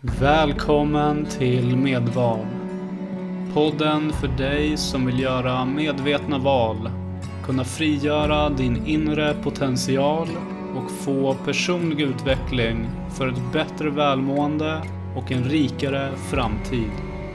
Välkommen till Medval. Podden för dig som vill göra medvetna val, kunna frigöra din inre potential och få personlig utveckling för ett bättre välmående och en rikare framtid.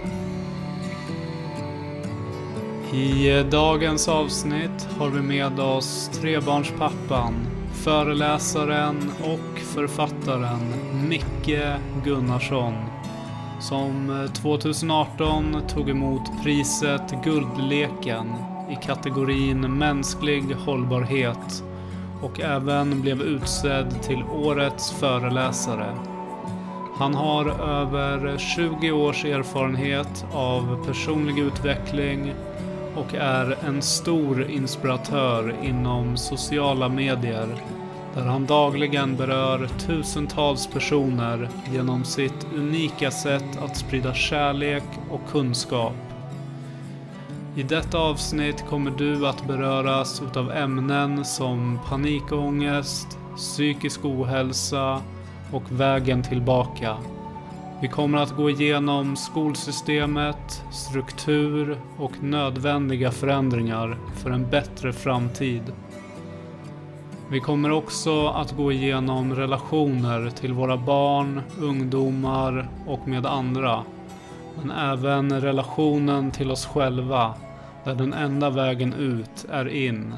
I dagens avsnitt har vi med oss trebarnspappan, föreläsaren och författaren Micke Gunnarsson, som 2018 tog emot priset Guldleken i kategorin mänsklig hållbarhet och även blev utsedd till årets föreläsare. Han har över 20 års erfarenhet av personlig utveckling och är en stor inspiratör inom sociala medier där han dagligen berör tusentals personer genom sitt unika sätt att sprida kärlek och kunskap. I detta avsnitt kommer du att beröras utav ämnen som panikångest, psykisk ohälsa och vägen tillbaka. Vi kommer att gå igenom skolsystemet, struktur och nödvändiga förändringar för en bättre framtid. Vi kommer också att gå igenom relationer till våra barn, ungdomar och med andra. Men även relationen till oss själva, där den enda vägen ut är in.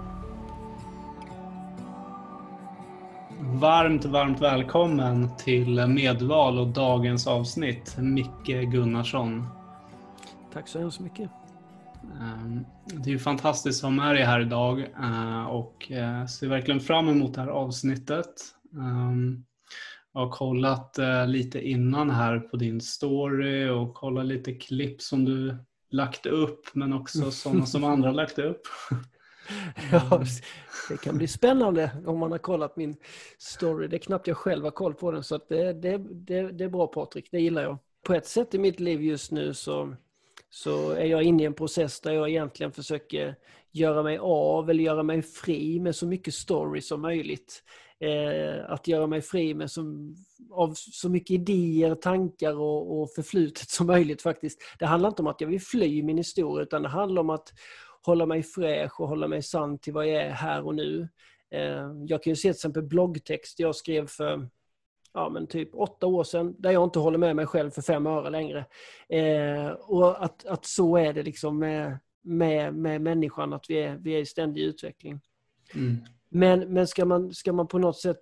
Varmt välkommen till Medval och dagens avsnitt, Micke Gunnarsson. Tack så hemskt mycket. Det är ju fantastiskt att ha med dig här idag och ser verkligen fram emot det här avsnittet. Jag har kollat lite innan här på din story och kollat lite klipp som du lagt upp, men också sådana som andra lagt upp. Ja, det kan bli spännande om man har kollat min story. Det är knappt jag själv har koll på den, så att det är bra, Patrik. Det gillar jag. På ett sätt i mitt liv just nu så är jag inne i en process där jag egentligen försöker göra mig av eller göra mig fri med så mycket story som möjligt. Att göra mig fri med av så mycket idéer, tankar och förflutet som möjligt faktiskt. Det handlar inte om att jag vill fly min historia, utan det handlar om att hålla mig fräsch och hålla mig sann till vad jag är här och nu. Jag kan ju se till exempel bloggtext jag skrev för typ 8 år sedan, där jag inte håller med mig själv för 5 öre längre. Och att så är det liksom med människan, att vi är i ständig utveckling. Men ska man på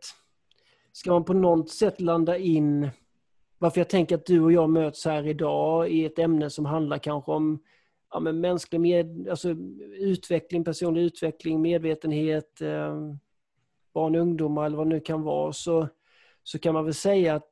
något sätt landa in, varför jag tänker att du och jag möts här idag i ett ämne som handlar kanske om mänsklig utveckling, personlig utveckling, medvetenhet, barn och ungdomar eller vad det nu kan vara, så kan man väl säga att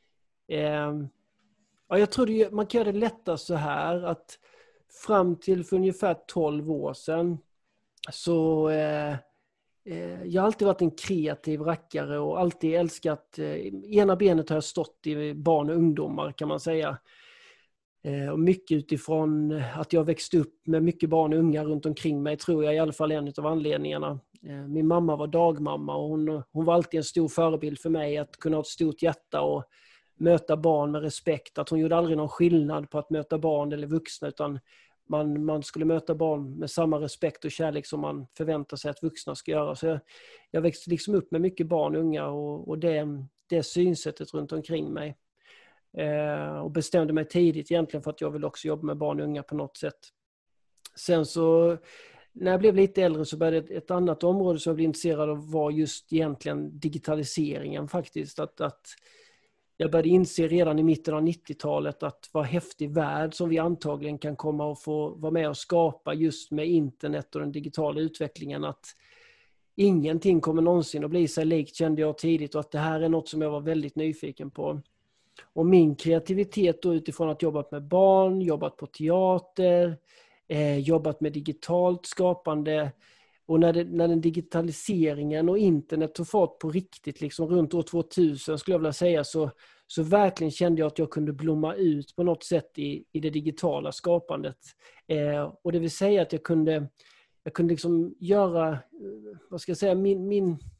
jag tror man kan göra det lättare så här, att fram till för ungefär 12 år sedan så jag har alltid varit en kreativ rackare och alltid älskat, ena benet har jag stått i barn och ungdomar, kan man säga. Och mycket utifrån att jag växte upp med mycket barn och unga runt omkring mig, tror jag i alla fall en av anledningarna. Min mamma var dagmamma och hon var alltid en stor förebild för mig, att kunna ha ett stort hjärta och möta barn med respekt. Att hon gjorde aldrig någon skillnad på att möta barn eller vuxna, utan man skulle möta barn med samma respekt och kärlek som man förväntar sig att vuxna ska göra. Så jag växte liksom upp med mycket barn och unga och det synsättet runt omkring mig. Och bestämde mig tidigt egentligen för att jag vill också jobba med barn och unga på något sätt. Sen så när jag blev lite äldre så började ett annat område som jag blev intresserad av var just egentligen digitaliseringen faktiskt. Att jag började inse redan i mitten av 90-talet att vad häftig värld som vi antagligen kan komma att få vara med och skapa just med internet och den digitala utvecklingen. Att ingenting kommer någonsin att bli sig likt, kände jag tidigt, och att det här är något som jag var väldigt nyfiken på. Och min kreativitet då, utifrån att jobbat med barn, jobbat på teater, jobbat med digitalt skapande, och när den digitaliseringen och internet tog fart på riktigt liksom runt år 2000 skulle jag vilja säga, så verkligen kände jag att jag kunde blomma ut på något sätt i det digitala skapandet. Och det vill säga att jag kunde liksom göra, vad ska jag säga,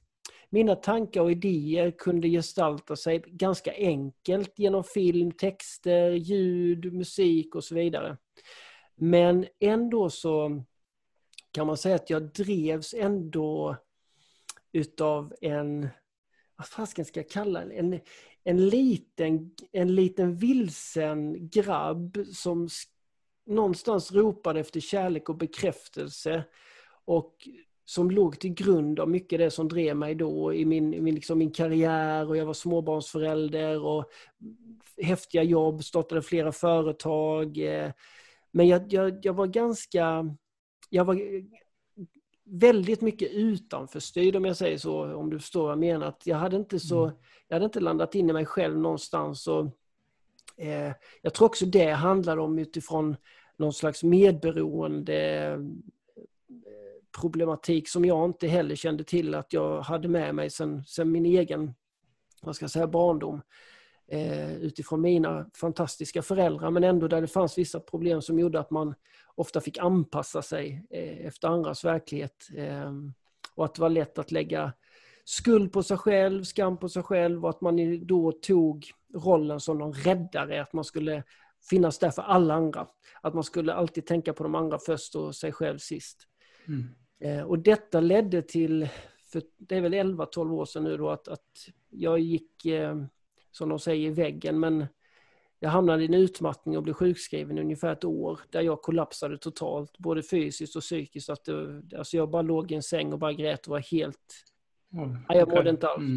mina tankar och idéer kunde gestalta sig ganska enkelt genom film, texter, ljud, musik och så vidare. Men ändå så kan man säga att jag drevs ändå utav vad fasken ska jag kalla det? En liten vilsen grabb som någonstans ropade efter kärlek och bekräftelse, och som låg till grund av mycket det som drev mig då i min karriär, och jag var småbarnsförälder och häftiga jobb, startade flera företag. Men jag var väldigt mycket utanförstyrd, om jag säger så, om du förstår vad jag menar. Att jag hade inte landat in i mig själv någonstans. Och, jag tror också det handlar om utifrån någon slags medberoende problematik som jag inte heller kände till att jag hade med mig sen min egen, barndom. Utifrån mina fantastiska föräldrar, men ändå där det fanns vissa problem som gjorde att man ofta fick anpassa sig efter andras verklighet, och att det var lätt att lägga skuld på sig själv, skam på sig själv, och att man då tog rollen som någon räddare, att man skulle finnas där för alla andra, att man skulle alltid tänka på de andra först och sig själv sist. Och detta ledde till, för det är väl 11-12 år sedan nu då, att jag gick, som de säger, i väggen, men jag hamnade i en utmattning och blev sjukskriven i ungefär ett år, där jag kollapsade totalt, både fysiskt och psykiskt. Alltså jag bara låg i en säng och bara grät och var helt... Jag mådde inte alls.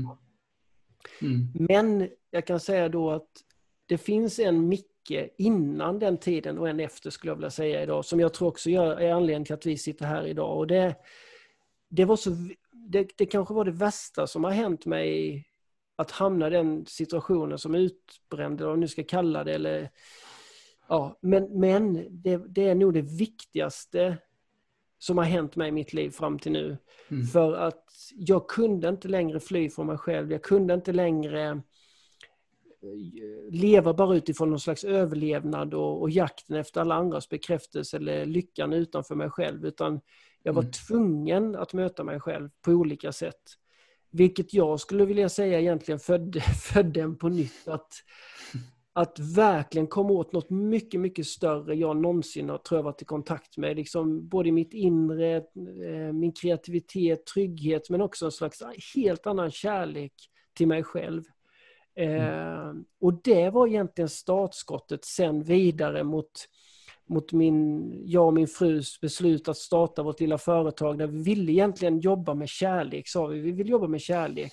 Men jag kan säga då att det finns en Micke innan den tiden och en efter, skulle jag vilja säga idag, som jag tror också är anledningen till att vi sitter här idag. Och det var så... Det kanske var det värsta som har hänt mig, att hamna i den situationen som utbränd, eller vad nu ska kalla det. Eller, ja, men det är nog det viktigaste som har hänt mig i mitt liv fram till nu. För att jag kunde inte längre fly från mig själv. Jag kunde inte längre leva bara utifrån någon slags överlevnad och jakten efter alla andras bekräftelse eller lyckan utanför mig själv. Utan jag var tvungen att möta mig själv på olika sätt. Vilket jag skulle vilja säga egentligen födde en på nytt. Att verkligen komma åt något mycket, mycket större jag någonsin har varit i kontakt med. Liksom både i mitt inre, min kreativitet, trygghet, men också en slags helt annan kärlek till mig själv. Och det var egentligen startskottet sen vidare mot jag och min frus beslut att starta vårt lilla företag, där vi ville egentligen jobba med kärlek, sa vi. Vi vill jobba med kärlek.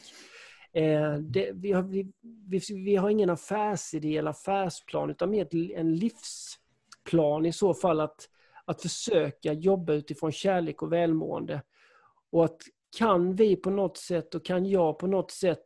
Vi har ingen affärsidé eller affärsplan, utan mer en livsplan i så fall, att försöka jobba utifrån kärlek och välmående. Och att kan vi på något sätt, och kan jag på något sätt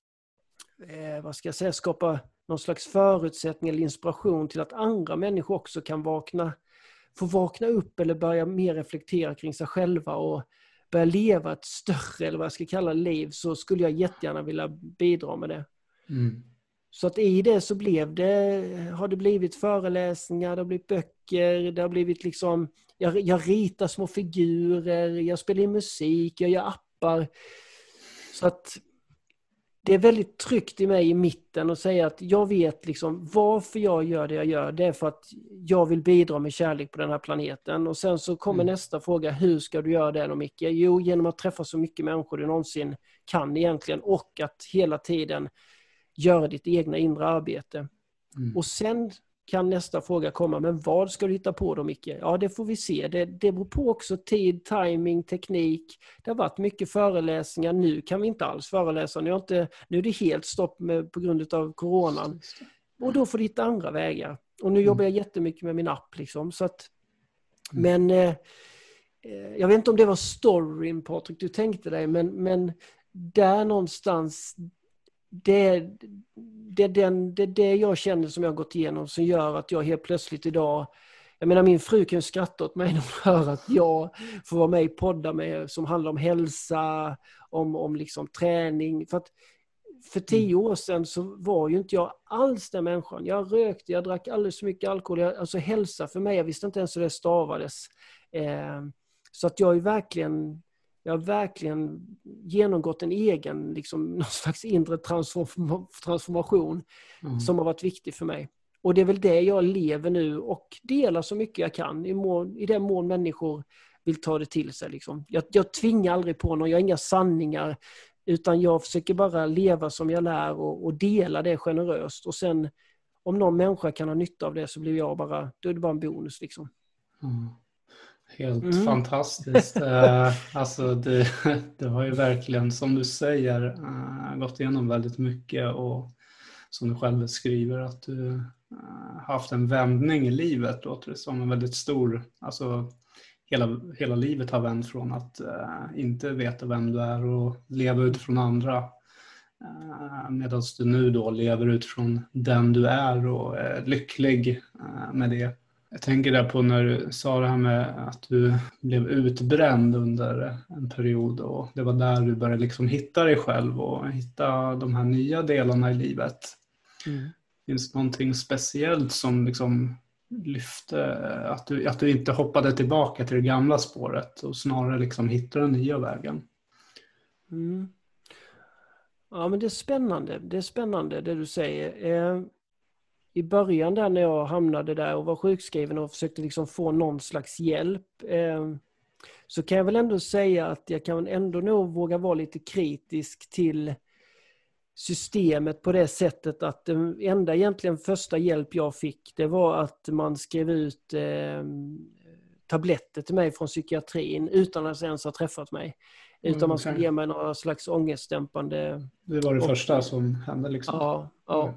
skapa någon slags förutsättning eller inspiration till att andra människor också kan få vakna upp eller börja mer reflektera kring sig själva och börja leva ett större, eller vad jag ska kalla, liv, så skulle jag jättegärna vilja bidra med det. Så att i det så har det blivit föreläsningar, det har blivit böcker, det har blivit liksom, jag ritar små figurer, jag spelar in musik, jag gör appar. Så att det är väldigt tryggt i mig i mitten att säga att jag vet liksom varför jag gör det jag gör. Det är för att jag vill bidra med kärlek på den här planeten. Och sen så kommer nästa fråga, hur ska du göra det då, Micke? Jo, genom att träffa så mycket människor du någonsin kan egentligen, och att hela tiden göra ditt egna inre arbete. Och sen kan nästa fråga komma, men vad ska du hitta på då, Micke? Ja, det får vi se. Det beror på också tid, timing, teknik. Det har varit mycket föreläsningar. Nu kan vi inte alls föreläsa. Nu är det helt stopp på grund av coronan. Och då får du hitta andra vägar. Och nu jobbar jag jättemycket med min app. Liksom, så att, men jag vet inte om det var storyn, Patrik, du tänkte dig. Men där någonstans... Det är det jag känner som jag har gått igenom, som gör att jag helt plötsligt idag, jag menar, min fru kan skratta åt mig när hon hör att jag får vara med i poddar som handlar om hälsa, om liksom träning. För 10 år sedan så var ju inte jag alls den människan. Jag rökte, jag drack alldeles för mycket alkohol. Alltså hälsa för mig, jag visste inte ens hur det stavades. Så att jag är verkligen Jag har verkligen genomgått en egen, liksom, någon slags inre transformation som har varit viktig för mig. Och det är väl det jag lever nu och delar så mycket jag kan i den mån människor vill ta det till sig. Liksom. Jag tvingar aldrig på någon, jag har inga sanningar, utan jag försöker bara leva som jag lär och dela det generöst. Och sen om någon människa kan ha nytta av det så blir jag bara, då är det bara en bonus liksom. Helt fantastiskt. Alltså det har ju verkligen, som du säger, gått igenom väldigt mycket, och som du själv skriver att du haft en vändning i livet, låter det som en väldigt stor, alltså hela livet har vänt från att inte veta vem du är och leva utifrån andra, medan du nu då lever utifrån den du är och är lycklig med det. Jag tänker där på när du sa det här med att du blev utbränd under en period, och det var där du började liksom hitta dig själv och hitta de här nya delarna i livet. Finns det någonting speciellt som liksom lyfte att du inte hoppade tillbaka till det gamla spåret och snarare liksom hittade den nya vägen? Ja, men det är spännande det du säger. I början där när jag hamnade där och var sjukskriven och försökte liksom få någon slags hjälp, så kan jag väl ändå säga att jag kan ändå nog våga vara lite kritisk till systemet på det sättet att den enda egentligen första hjälp jag fick, det var att man skrev ut tabletter till mig från psykiatrin utan att ens ha träffat mig. Utan man skulle ge mig några slags ångestdämpande. Det var det första som hände liksom? Ja.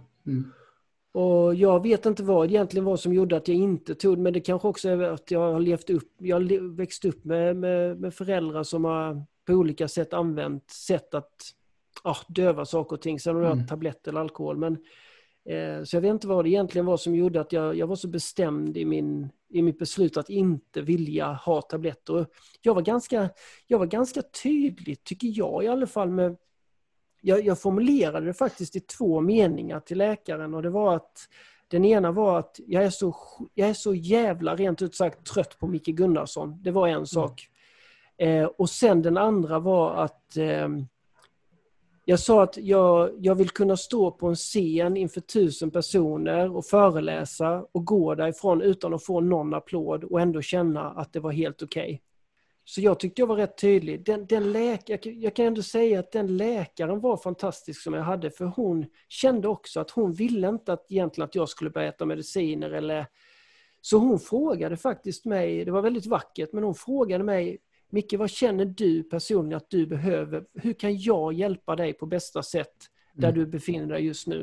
Och jag vet inte vad det egentligen var som gjorde att jag inte tog, men det kanske också är att jag har växt upp med föräldrar som har på olika sätt använt sätt att döva saker och ting. Sen har jag tablett eller alkohol. Men, så jag vet inte vad det egentligen var som gjorde att jag var så bestämd i mitt beslut att inte vilja ha tabletter. Jag var ganska tydlig, tycker jag i alla fall. Jag formulerade det faktiskt i 2 meningar till läkaren. Och det var att den ena var att jag är så jävla rent ut sagt trött på Micke Gunnarsson. Det var en sak. Och sen den andra var att jag sa att jag vill kunna stå på en scen inför 1000 personer och föreläsa och gå därifrån utan att få någon applåd och ändå känna att det var helt okej. Så jag tyckte jag var rätt tydlig. Jag kan ändå säga att den läkaren var fantastisk som jag hade, för hon kände också att hon ville inte egentligen att jag skulle börja äta mediciner. Så hon frågade faktiskt mig, det var väldigt vackert, men hon frågade mig: Micke, vad känner du personligen att du behöver? Hur kan jag hjälpa dig på bästa sätt där du befinner dig just nu?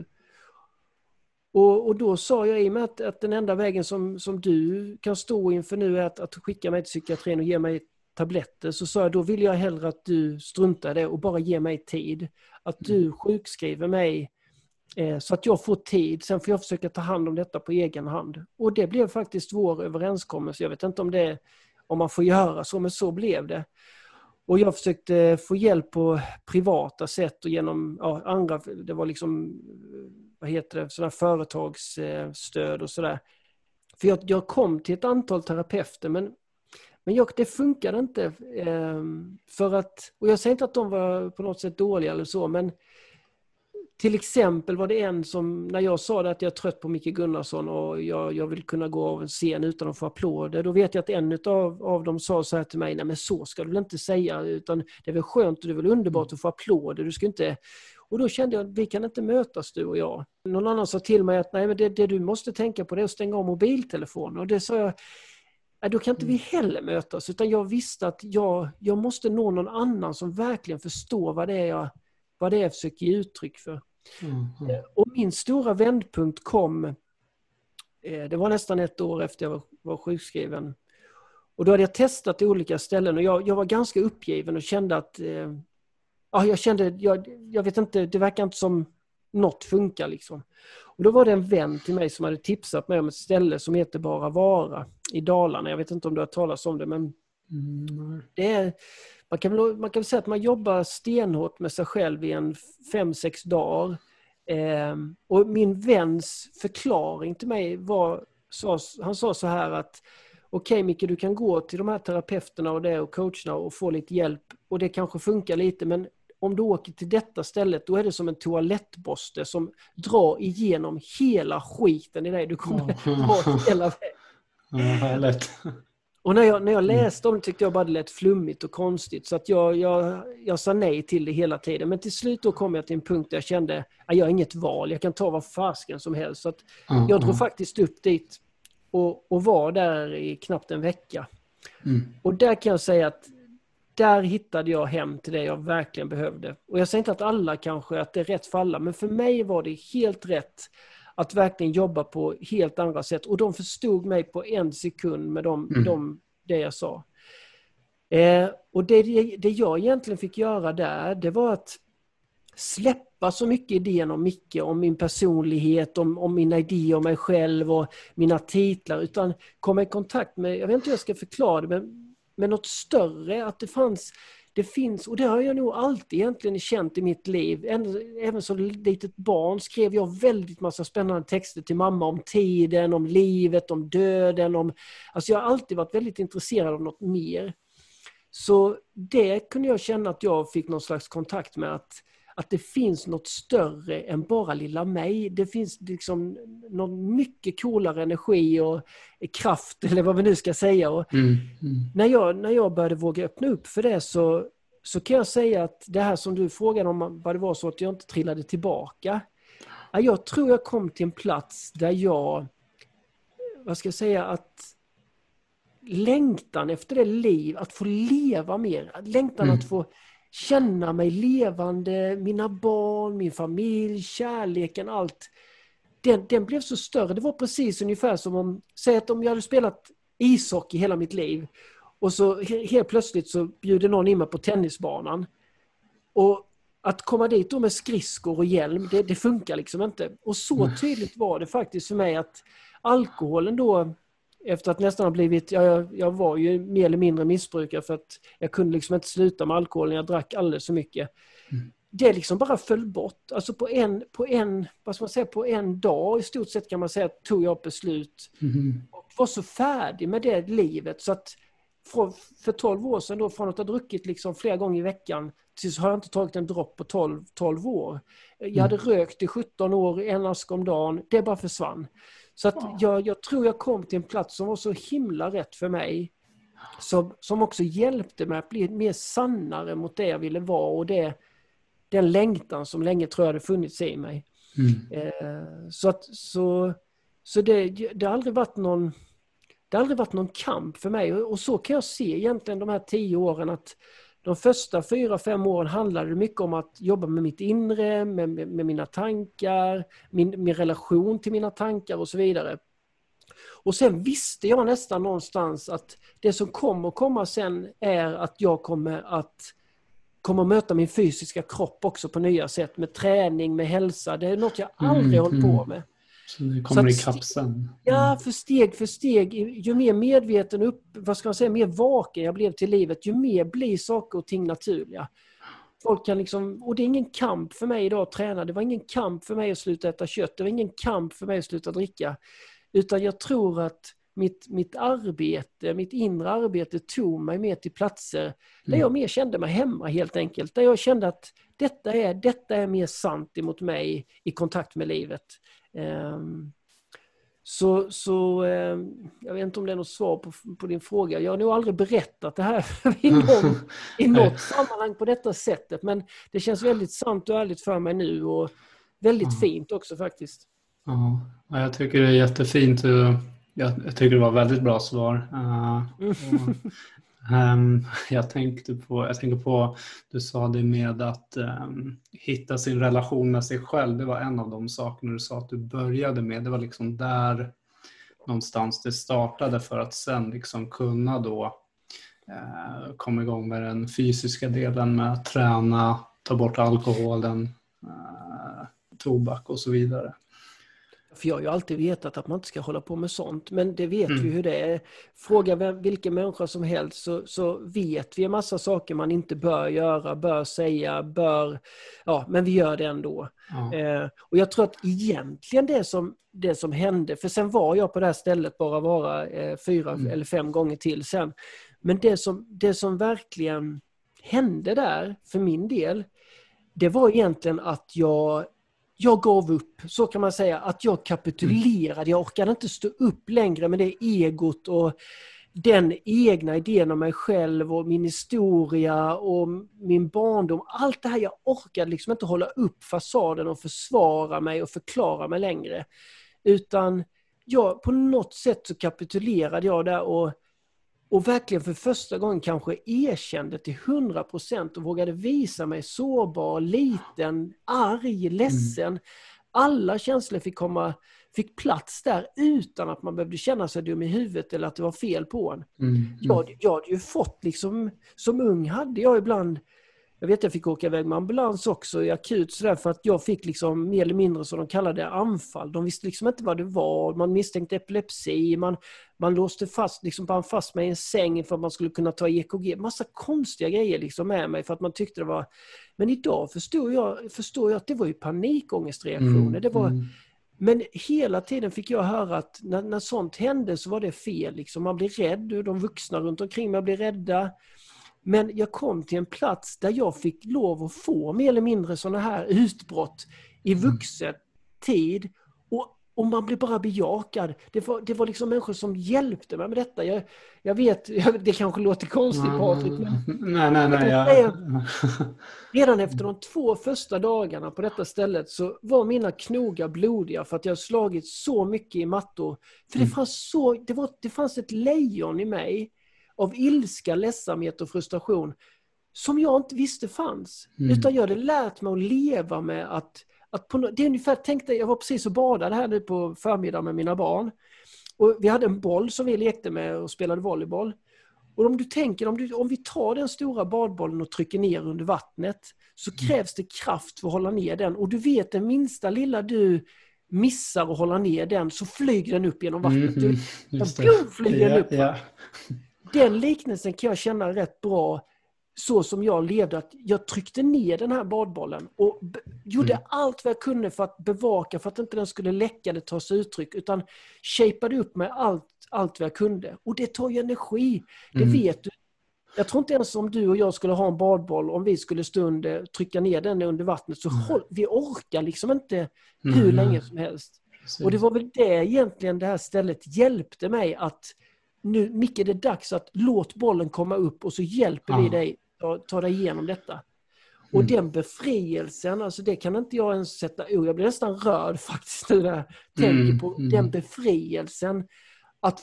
Och då sa jag, i och med att den enda vägen som du kan stå inför nu är att skicka mig till psykiatrin och ge mig tabletter, så sa jag, då vill jag hellre att du struntar i det och bara ger mig tid. Att du sjukskriver mig så att jag får tid. Sen får jag försöka ta hand om detta på egen hand. Och det blev faktiskt vår överenskommelse. Jag vet inte om man får göra så, men så blev det. Och jag försökte få hjälp på privata sätt och genom andra, det var liksom, sådana företagsstöd och sådär. För jag kom till ett antal terapeuter, men det funkade inte. För att, och jag säger inte att de var på något sätt dåliga eller så, men till exempel var det en som, när jag sa det att jag är trött på Micke Gunnarsson och jag vill kunna gå av en scen utan att få applåder, då vet jag att en av dem sa så här till mig: nej, men så ska du väl inte säga, utan det är väl skönt och det är väl underbart att få applåder, du ska inte. Och då kände jag att vi kan inte mötas, du och jag. Någon annan sa till mig att nej, men det du måste tänka på det är att stänga av mobiltelefonen, och det sa jag, då kan inte vi heller mötas, utan jag visste att jag måste nå någon annan som verkligen förstår vad det är jag försöker ge uttryck för. Och min stora vändpunkt kom, det var nästan 1 år efter jag var sjukskriven. Och då hade jag testat i olika ställen och jag var ganska uppgiven och kände att jag vet inte, det verkar inte som något funkar liksom. Och då var det en vän till mig som hade tipsat mig om ett ställe som heter Bara Vara i Dalarna. Jag vet inte om du har talat om det, men det är, man kan säga att man jobbar stenhårt med sig själv i 5-6 dagar. Och min väns förklaring till mig var, han sa så här att okej Micke, du kan gå till de här terapeuterna och det och coacherna och få lite hjälp och det kanske funkar lite, men om du åker till detta stället, då är det som en toalettborste som drar igenom hela skiten i dig. Du kommer dra hela vägen. Härligt. Och när jag läste om det tyckte jag bara det lät flummigt och konstigt. Så att jag sa nej till det hela tiden. Men till slut då kom jag till en punkt där jag kände att jag har inget val. Jag kan ta vad fasken som helst. Så att jag drog faktiskt upp dit och var där i knappt en vecka. Och där kan jag säga att där hittade jag hem till det jag verkligen behövde. Och jag säger inte att alla kanske, att det är rätt för alla. Men för mig var det helt rätt att verkligen jobba på helt andra sätt. Och de förstod mig på en sekund med det jag sa. Och det jag egentligen fick göra där, det var att släppa så mycket idén om Micke, om min personlighet, om mina idéer om mig själv och mina titlar. Utan komma i kontakt med, jag vet inte hur jag ska förklara det, men med något större, att det finns, och det har jag nog alltid egentligen känt i mitt liv. Även som litet barn skrev jag väldigt massa spännande texter till mamma om tiden, om livet, om döden. Alltså jag har alltid varit väldigt intresserad av något mer. Så det kunde jag känna att jag fick någon slags kontakt med, att det finns något större än bara lilla mig. Det finns liksom någon mycket coolare energi och kraft, eller vad vi nu ska säga. Och när jag började våga öppna upp för det så kan jag säga att det här som du frågade om, vad det var så att jag inte trillade tillbaka. Jag tror jag kom till en plats där jag, vad ska jag säga, att längtan efter det liv, att få leva mer, längtan att få känna mig levande, mina barn, min familj, kärleken, allt. Den blev så större. Det var precis ungefär som om jag hade spelat ishockey hela mitt liv och så helt plötsligt så bjuder någon in mig på tennisbanan. Och att komma dit då med skridskor och hjälm, det funkar liksom inte. Och så tydligt var det faktiskt för mig att alkoholen då, efter att nästan ha blivit, jag var ju mer eller mindre missbrukare för att jag kunde liksom inte sluta med alkohol när jag drack alldeles för mycket. Det liksom bara föll bort. Alltså på en dag i stort sett kan man säga att tog jag beslut och var så färdig med det livet så att för 12 år sedan då, från att ha druckit liksom flera gånger i veckan tills har jag inte tagit en dropp på 12 år. Jag hade rökt i 17 år, en ask om dagen, det bara försvann. Så att jag tror jag kom till en plats som var så himla rätt för mig. Som också hjälpte mig att bli mer sannare mot det jag ville vara. Och den längtan som länge tror jag hade funnits i mig. Så det har aldrig varit någon... Det har aldrig varit någon kamp för mig. Och så kan jag se egentligen de här 10 åren att de första 4-5 åren handlade det mycket om att jobba med mitt inre, med mina tankar, min relation till mina tankar och så vidare. Och sen visste jag nästan någonstans att det som kommer komma sen är att jag kommer att möta min fysiska kropp också på nya sätt med träning, med hälsa. Det är något jag aldrig hållit på med. Så det kommer i kapseln. Ja, för steg. Ju mer medveten mer vaken jag blev till livet, ju mer blir saker och ting naturliga. Folk kan liksom, och det är ingen kamp för mig idag att träna. Det var ingen kamp för mig att sluta äta kött. Det var ingen kamp för mig att sluta dricka. Utan jag tror att mitt arbete, mitt inre arbete tog mig mer till platser där jag mer kände mig hemma helt enkelt. Där jag kände att detta är mer sant emot mig i kontakt med livet. Jag vet inte om det är något svar på din fråga. Jag har nog aldrig berättat det här i något sammanhang på detta sättet. Men det känns väldigt sant och ärligt för mig nu och väldigt fint också faktiskt. Ja, jag tycker det är jättefint. Jag tycker det var väldigt bra svar. Jag tänker på, du sa det med att hitta sin relation med sig själv. Det var en av de sakerna du sa att du började med. Det var liksom där någonstans det startade för att sen liksom kunna då komma igång med den fysiska delen med att träna, ta bort alkoholen, tobak och så vidare. För jag har ju alltid vetat att man inte ska hålla på med sånt. Men det vet vi hur det är. Fråga vilken människa som helst så vet vi en massa saker man inte bör göra, bör säga, men vi gör det ändå. Ja. Och jag tror att egentligen det som hände, för sen var jag på det här stället bara 4 eller 5 gånger till sen. Men det som verkligen hände där för min del, det var egentligen att jag gav upp, så kan man säga, att jag kapitulerade. Jag orkade inte stå upp längre med det egot och den egna idén om mig själv och min historia och min barndom. Allt det här, jag orkade liksom inte hålla upp fasaden och försvara mig och förklara mig längre. Utan på något sätt så kapitulerade jag där och verkligen för första gången kanske erkände till 100% och vågade visa mig sårbar, liten, arg, ledsen. Alla känslor fick plats där utan att man behövde känna sig dum i huvudet eller att det var fel på en. Jag hade ju fått liksom, som ung hade jag ibland, jag fick åka iväg med ambulans också i akut sådär, för att jag fick liksom mer eller mindre som de kallade det anfall. De visste liksom inte vad det var. Man misstänkte epilepsi. Man låste fast, liksom fast mig i en säng för att man skulle kunna ta EKG. Massa konstiga grejer liksom med mig för att man tyckte det var... Men idag förstår jag att det var ju panikångestreaktioner. Men hela tiden fick jag höra att när sånt hände så var det fel. Liksom. Man blir rädd och de vuxna runt omkring mig blir rädda. Men jag kom till en plats där jag fick lov att få mer eller mindre sådana här utbrott i vuxen tid. Och man blev bara bejakad. Det var liksom människor som hjälpte mig med detta. Jag vet, det kanske låter konstigt, Patrik. Nej. Redan efter de 2 första dagarna på detta stället så var mina knogar blodiga för att jag slagit så mycket i mattor. För det fanns ett lejon i mig av ilska, ledsamhet och frustration som jag inte visste fanns. Utan jag hade lärt mig att leva med att det är ungefär, tänkte jag var precis och badade här nu på förmiddagen med mina barn. Och vi hade en boll som vi lekte med och spelade volleyboll. Och om du tänker, om vi tar den stora badbollen och trycker ner under vattnet så krävs det kraft för att hålla ner den. Och du vet, den minsta lilla du missar att hålla ner den så flyger den upp genom vattnet. Flyger den upp. Ja. Den liknelsen kan jag känna rätt bra så som jag levde, att jag tryckte ner den här badbollen och gjorde allt vad jag kunde för att bevaka, för att inte den skulle läcka eller ta sig uttryck, utan shapeade upp med allt vad jag kunde. Och det tar ju energi, det vet du. Jag tror inte ens om du och jag skulle ha en badboll, om vi skulle trycka ner den under vattnet, så vi orkar liksom inte hur länge som helst. Precis. Och det var väl det egentligen det här stället hjälpte mig att nu, Micke, det är dags att låt bollen komma upp och så hjälper vi dig ta dig igenom detta. Och den befrielsen, alltså det kan inte jag ens sätta ord. Jag blir nästan rörd faktiskt när jag tänker på den befrielsen att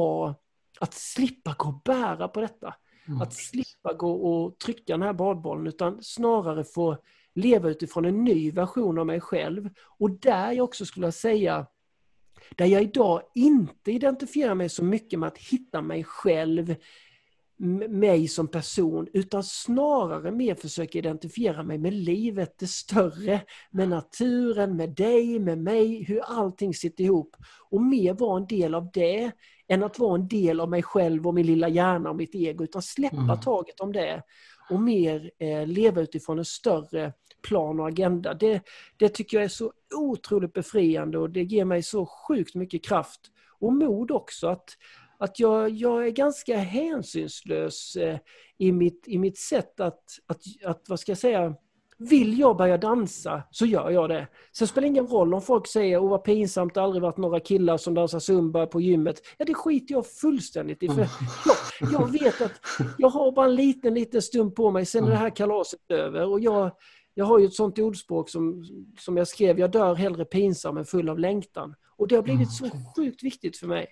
att slippa gå och bära på detta. Att slippa gå och trycka den här badbollen, utan snarare få leva utifrån en ny version av mig själv. Och där jag också skulle säga, där jag idag inte identifierar mig så mycket med att hitta mig själv, mig som person, utan snarare mer försöka identifiera mig med livet, det större, med naturen, med dig, med mig, hur allting sitter ihop, och mer vara en del av det än att vara en del av mig själv och min lilla hjärna och mitt ego, utan släppa taget om det och mer leva utifrån en större plan och agenda. Det tycker jag är så otroligt befriande, och det ger mig så sjukt mycket kraft och mod också att jag är ganska hänsynslös i mitt sätt att vad ska jag säga, vill jag börja dansa så gör jag det. Sen spelar det ingen roll om folk säger vad pinsamt, det har aldrig varit några killar som dansar zumba på gymmet. Ja, det skiter jag fullständigt i, för jag vet att jag har bara en liten stund på mig, sen är det här kalaset över. Och jag har ju ett sånt ordspråk som jag skrev: jag dör hellre pinsam än full av längtan. Och det har blivit så sjukt viktigt för mig.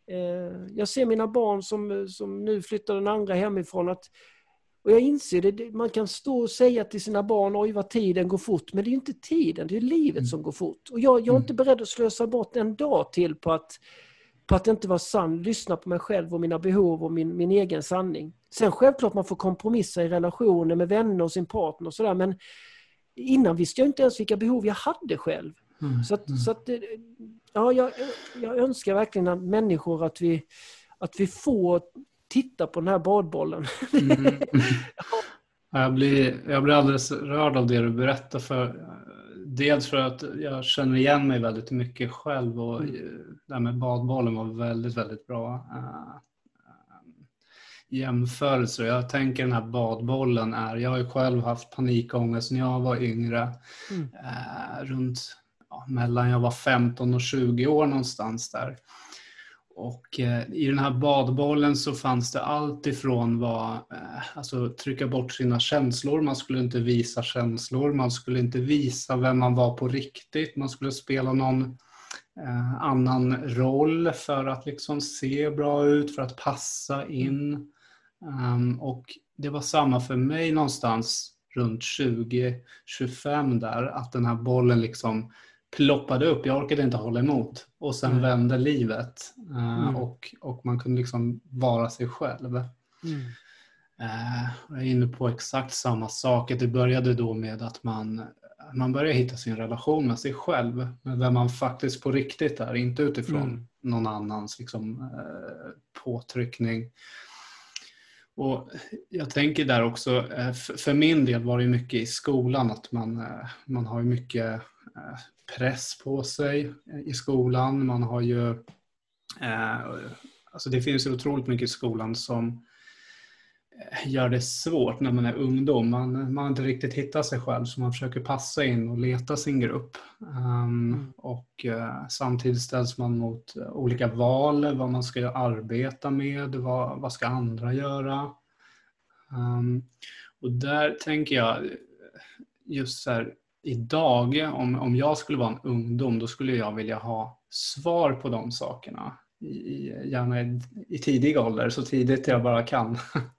Jag ser mina barn som nu flyttar den andra hemifrån, och jag inser det, man kan stå och säga till sina barn, oj vad tiden går fort, men det är ju inte tiden, det är livet som går fort. Och jag är inte beredd att slösa bort en dag till på att inte vara sann, lyssna på mig själv och mina behov och min egen sanning. Sen självklart man får kompromissa i relationer med vänner och sin partner och sådär, men innan visste jag inte ens vilka behov jag hade själv. Så att ja, jag önskar verkligen att människor att vi får titta på den här badbollen. Jag blir alldeles rörd av det du berättar, för dels för att jag känner igen mig väldigt mycket själv, och det här med badbollen var väldigt, väldigt bra jämförelse. Jag tänker den här badbollen jag har ju själv haft panikångest när jag var yngre, runt mellan jag var 15 och 20 år någonstans där. Och i den här badbollen så fanns det allt ifrån alltså trycka bort sina känslor. Man skulle inte visa känslor. Man skulle inte visa vem man var på riktigt. Man skulle spela någon annan roll för att liksom se bra ut, för att passa in. Och det var samma för mig någonstans runt 20-25 där, att den här bollen liksom ploppade upp. Jag orkade inte hålla emot. Och sen vände livet. Och man kunde liksom vara sig själv. Jag är inne på exakt samma sak. Det började då med att man börjar hitta sin relation med sig själv. Med vem man faktiskt på riktigt är. Inte utifrån någon annans liksom, påtryckning. Och jag tänker där också, för min del var det mycket i skolan att man har ju mycket press på sig i skolan. Man har ju alltså det finns ju otroligt mycket i skolan som gör det svårt när man är ungdom. Man har inte riktigt hittat sig själv, så man försöker passa in och leta sin grupp. Och samtidigt ställs man mot olika val, vad man ska arbeta med, vad ska andra göra. Och där tänker jag just så här, idag, om jag skulle vara en ungdom, då skulle jag vilja ha svar på de sakerna. Gärna i tidig ålder, så tidigt jag bara kan.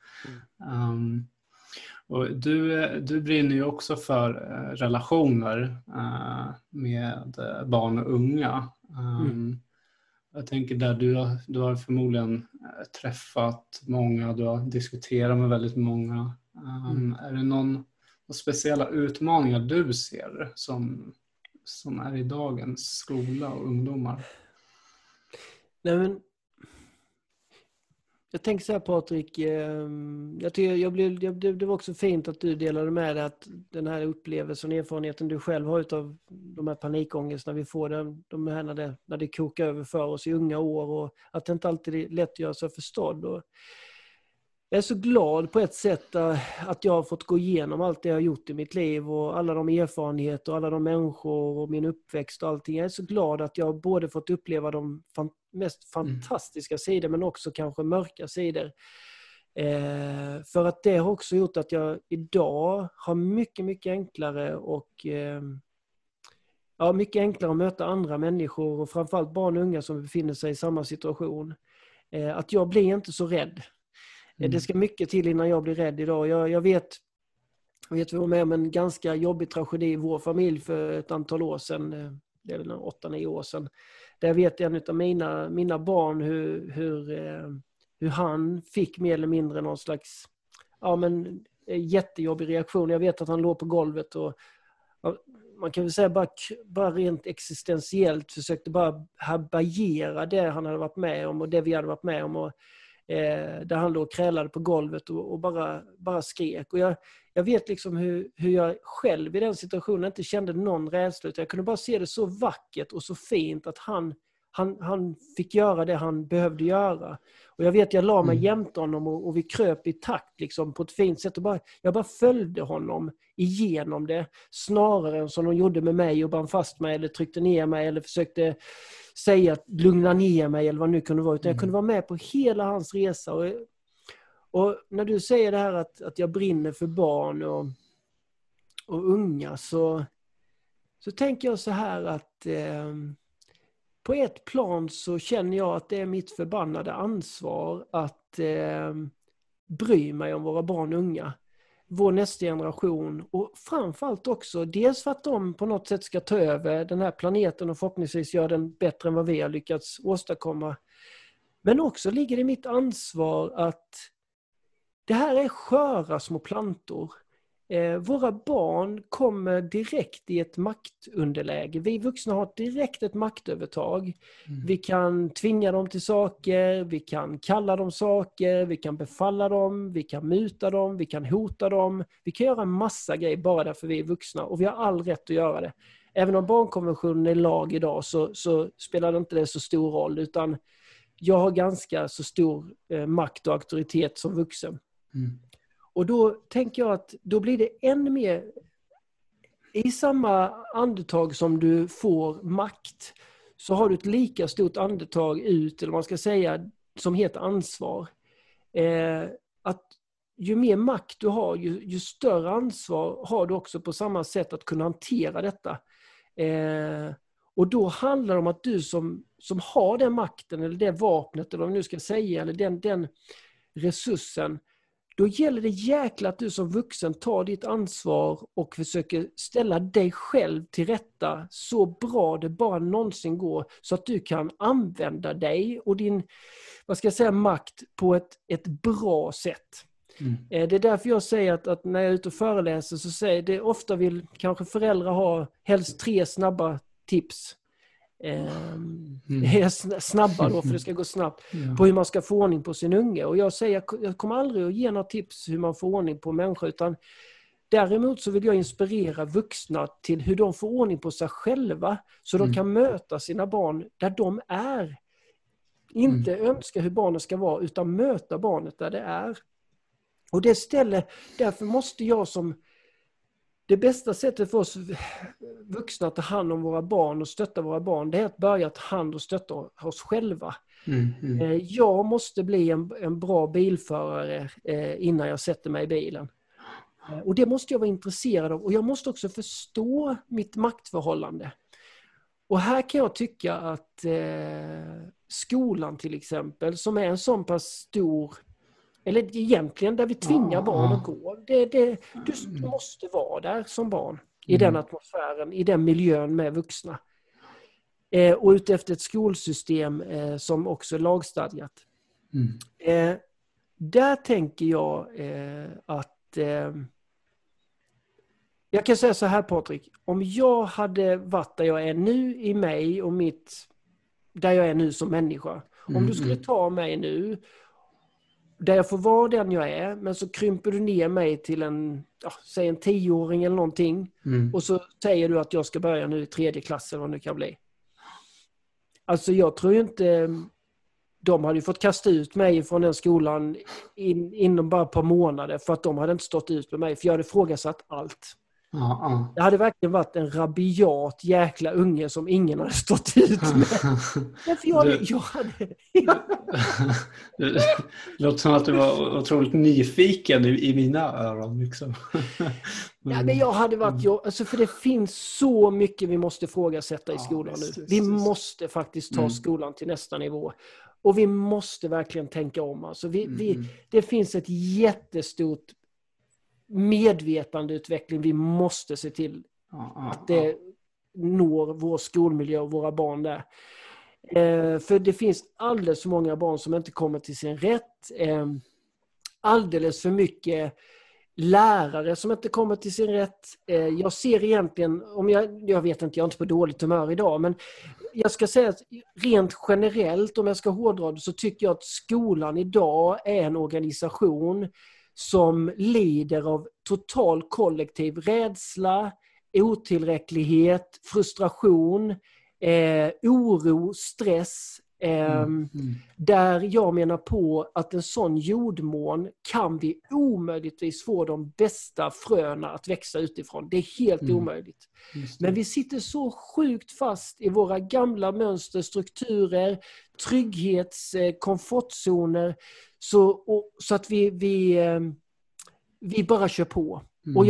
Och du brinner ju också för relationer med barn och unga. Jag tänker där du har förmodligen träffat många, du har diskuterat med väldigt många. Är det någon speciella utmaningar du ser som är i dagens skola och ungdomar? Nej, men jag tänker så här, Patrik, det var också fint att du delade med dig att den här upplevelsen och erfarenheten du själv har utav de här panikångest när vi får de här när det kokar över för oss i unga år, och att det inte alltid är lätt att göra sig förstådd. Och jag är så glad på ett sätt att jag har fått gå igenom allt det jag har gjort i mitt liv och alla de erfarenheter och alla de människor och min uppväxt och allting. Jag är så glad att jag både fått uppleva de mest fantastiska sidor, men också kanske mörka sidor. För att det har också gjort att jag idag har mycket, mycket enklare mycket enklare att möta andra människor, och framförallt barn och unga som befinner sig i samma situation. Att jag blir inte så rädd. Det ska mycket till innan jag blir rädd idag. Jag vet vi var med om en ganska jobbig tragedi i vår familj för ett antal år sedan. Det är väl 8-9 år sedan. Där jag vet en av mina barn hur han fick mer eller mindre någon slags jättejobbig reaktion. Jag vet att han låg på golvet och man kan väl säga bara rent existentiellt försökte bara härbärgera det han hade varit med om och det vi hade varit med om. Och där han då krälade på golvet och bara skrek. Och jag vet liksom hur jag själv i den situationen inte kände någon rädsla. Jag kunde bara se det så vackert och så fint att han fick göra det han behövde göra. Och jag vet, jag la mig jämte honom och vi kröp i takt liksom, på ett fint sätt. Och jag bara följde honom igenom det. Snarare än som de gjorde med mig och band fast mig eller tryckte ner mig eller försökte säga att lugna ner mig eller vad nu kunde vara. Utan jag kunde vara med på hela hans resa. Och när du säger det här att jag brinner för barn och unga, så tänker jag så här att på ett plan så känner jag att det är mitt förbannade ansvar att bry mig om våra barn och unga. Vår nästa generation, och framförallt också dels för att de på något sätt ska ta över den här planeten och förhoppningsvis göra den bättre än vad vi har lyckats åstadkomma. Men också ligger det i mitt ansvar att det här är sköra små plantor. Våra barn kommer direkt i ett maktunderläge. Vi vuxna har direkt ett maktövertag. Vi kan tvinga dem till saker, vi kan kalla dem saker, vi kan befalla dem, vi kan muta dem, vi kan hota dem. Vi kan göra en massa grejer bara därför vi är vuxna och vi har all rätt att göra det. Även om barnkonventionen är lag idag så spelar det inte så stor roll, utan jag har ganska så stor makt och auktoritet som vuxen. Och då tänker jag att då blir det ännu mer, i samma andetag som du får makt så har du ett lika stort andetag ut, eller man ska säga, som heter ansvar. Att ju mer makt du har, ju större ansvar har du också på samma sätt att kunna hantera detta. Och då handlar det om att du som har den makten eller det vapnet, eller vad man nu ska säga, eller den resursen, då gäller det jäkla att du som vuxen tar ditt ansvar och försöker ställa dig själv till rätta så bra det bara någonsin går, så att du kan använda dig och din, vad ska jag säga, makt på ett bra sätt. Det är därför jag säger att när jag är ute och föreläser så säger det, ofta vill kanske föräldrar ha helst 3 snabba tips. Snabba då, för det ska gå snabbt, på hur man ska få ordning på sin unge. Och jag säger, jag kommer aldrig att ge några tips hur man får ordning på människor, utan däremot så vill jag inspirera vuxna till hur de får ordning på sig själva, så de kan möta sina barn där de är. Inte önska hur barnet ska vara, utan möta barnet där det är. Och därför måste jag det bästa sättet för oss vuxna att ta hand om våra barn och stötta våra barn, det är att börja ta hand och stötta oss själva. Jag måste bli en bra bilförare innan jag sätter mig i bilen. Och det måste jag vara intresserad av. Och jag måste också förstå mitt maktförhållande. Och här kan jag tycka att skolan till exempel, som är en sån pass stor, eller egentligen där vi tvingar barn att gå. Du måste vara där som barn. I den atmosfären, i den miljön med vuxna. Och utefter ett skolsystem som också är lagstadgat. Där tänker jag att... jag kan säga så här, Patrik. Om jag hade varit där jag är nu i mig och där jag är nu som människa. Om du skulle ta mig nu, där jag får vara den jag är, men så krymper du ner mig till säg en 10-åring eller någonting. Och så säger du att jag ska börja nu i 3:e klass eller vad det kan bli. Alltså jag tror ju inte... De hade ju fått kasta ut mig från den skolan inom bara ett par månader, för att de hade inte stått ut med mig, för jag hade frågasatt allt. Det hade verkligen varit en rabiat jäkla unge som ingen hade stått ut med. Det låter som att du var otroligt nyfiken i mina öron. Liksom. Men jag hade varit... för det finns så mycket vi måste frågasätta i skolan nu. Vi måste faktiskt ta skolan till nästa nivå. Och vi måste verkligen tänka om. Alltså det finns ett jättestort medvetandeutveckling. Vi måste se till att det når vår skolmiljö och våra barn där. För det finns alldeles för många barn som inte kommer till sin rätt. Alldeles för mycket lärare som inte kommer till sin rätt. Jag ser egentligen, jag vet inte, jag är inte på dåligt humör idag, men jag ska säga att rent generellt, om jag ska hårdra det, så tycker jag att skolan idag är en organisation som lider av total kollektiv rädsla, otillräcklighet, frustration, oro, stress. Där jag menar på att en sån jordmån kan vi omöjligtvis få de bästa fröna att växa utifrån. Det är helt omöjligt. Men vi sitter så sjukt fast i våra gamla mönster, strukturer, trygghets-, komfortzoner, så att vi bara kör på. Och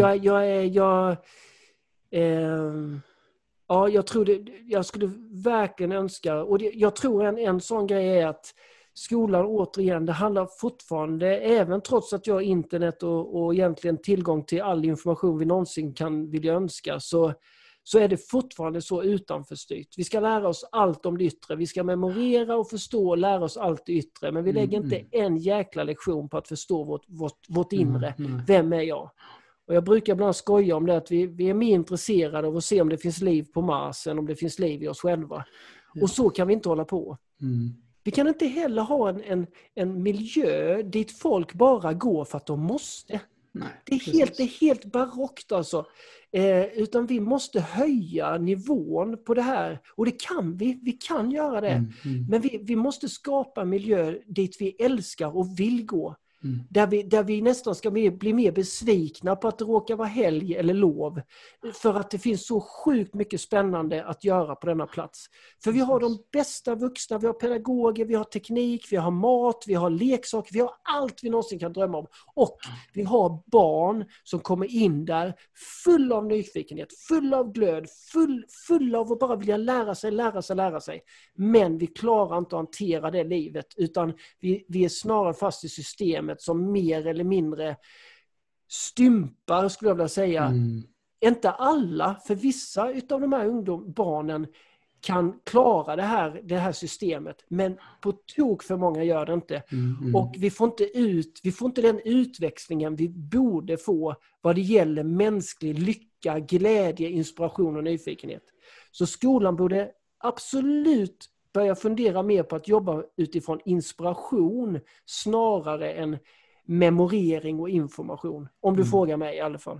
jag tror jag skulle verkligen önska, och jag tror en sån grej är att skolan, återigen, det handlar fortfarande, även trots att jag har internet och egentligen tillgång till all information vi någonsin kan vilja önska, så är det fortfarande så utanförstyrt. Vi ska lära oss allt om det yttre. Vi ska memorera och förstå och lära oss allt det yttre. Men vi lägger inte en jäkla lektion på att förstå vårt inre. Vem är jag? Och jag brukar ibland skoja om det, att vi är mer intresserade av att se om det finns liv på Mars än om det finns liv i oss själva. Ja. Och så kan vi inte hålla på. Vi kan inte heller ha en miljö dit folk bara går för att de måste. Nej, det är helt barockt alltså. Utan vi måste höja nivån på det här. Och det kan vi kan göra det. Men vi måste skapa en miljö dit vi älskar och vill gå. Där vi nästan ska bli mer besvikna på att det råkar vara helg eller lov. För att det finns så sjukt mycket spännande att göra på denna plats. För vi har de bästa vuxna, vi har pedagoger, vi har teknik, vi har mat, vi har leksaker, vi har allt vi någonsin kan drömma om. Och vi har barn som kommer in där full av nyfikenhet, full av glöd, full av att bara vilja lära sig. Men vi klarar inte att hantera det livet, utan vi är snarare fast i systemet som mer eller mindre stympar, skulle jag vilja säga. Inte alla, för vissa utav de här barnen kan klara det här systemet, men på tok för många gör det inte. Och vi får inte den utväxlingen vi borde få vad det gäller mänsklig lycka, glädje, inspiration och nyfikenhet. Så skolan borde absolut börja fundera mer på att jobba utifrån inspiration snarare än memorering och information. Om du frågar mig i alla fall.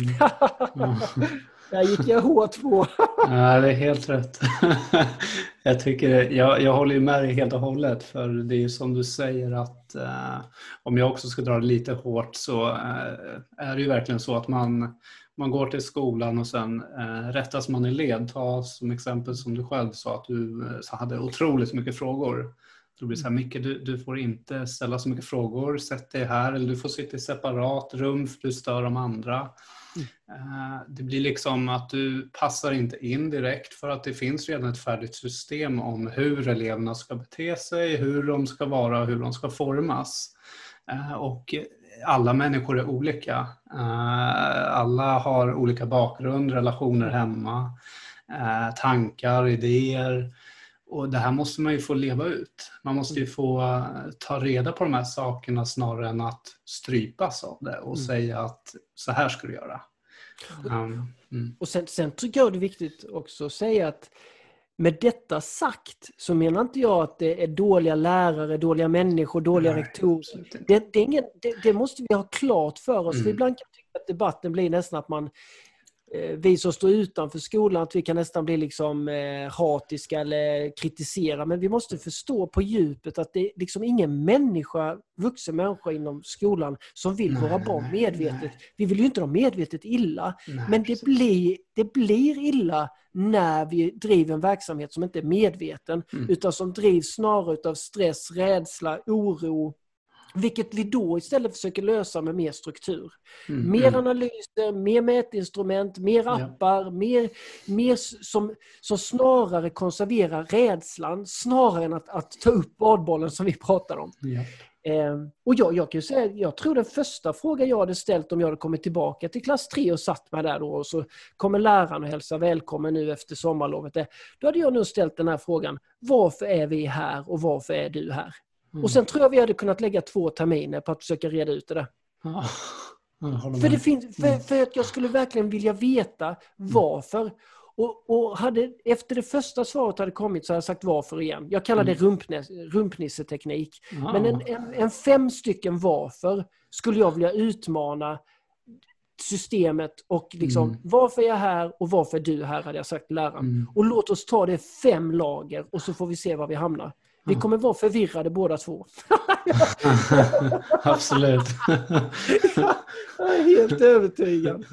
Där gick jag hårt på. Ja, det är helt rätt. Jag håller ju med dig helt och hållet, för det är ju som du säger att om jag också ska dra det lite hårt, så är det ju verkligen så att man går till skolan och sen rättas man i led. Ta som exempel som du själv sa, att du hade otroligt mycket frågor. Då blir det så här: Micke, du får inte ställa så mycket frågor, sätt dig här, eller du får sitta i separat rum för du stör de andra. Det blir liksom att du passar inte in direkt, för att det finns redan ett färdigt system om hur eleverna ska bete sig, hur de ska vara, hur de ska formas. Och alla människor är olika. Alla har olika bakgrund, relationer hemma, tankar, idéer. Och det här måste man ju få leva ut. Man måste ju få ta reda på de här sakerna snarare än att strypas av det och säga att så här ska du göra. Och sen tycker jag det är viktigt också att säga att med detta sagt så menar inte jag att det är dåliga lärare, dåliga människor, dåliga rektorer. Det måste vi ha klart för oss. För ibland kan jag tycka att debatten blir nästan att vi som står utanför skolan, att vi kan nästan bli liksom hatiska eller kritisera. Men vi måste förstå på djupet att det är liksom ingen vuxen människa inom skolan som vill våra barn medvetet. Nej. Vi vill ju inte dem medvetet illa. Nej, men det blir illa när vi driver en verksamhet som inte är medveten, utan som drivs snarare av stress, rädsla, oro. Vilket vi då istället försöker lösa med mer struktur. Mer analyser, mer mätinstrument, mer appar, mer som snarare konserverar rädslan snarare än att ta upp badbollen som vi pratar om. Och jag kan ju säga, jag tror den första frågan jag hade ställt om jag hade kommit tillbaka till klass 3 och satt mig där då, och så kommer läraren och hälsa välkommen nu efter sommarlovet. Då hade jag nog ställt den här frågan: varför är vi här och varför är du här? Och sen tror jag vi hade kunnat lägga 2 terminer på att försöka reda ut det där. För att jag skulle verkligen vilja veta varför. Och efter det första svaret hade kommit så hade jag sagt varför igen. Jag kallar det rumpnisseteknik. Men en 5 stycken varför skulle jag vilja utmana systemet och liksom, varför är jag här och varför är du här, hade jag sagt till läraren. Och låt oss ta det 5 lager och så får vi se var vi hamnar. Vi kommer vara förvirrade båda två. Absolut. Jag är helt övertygad.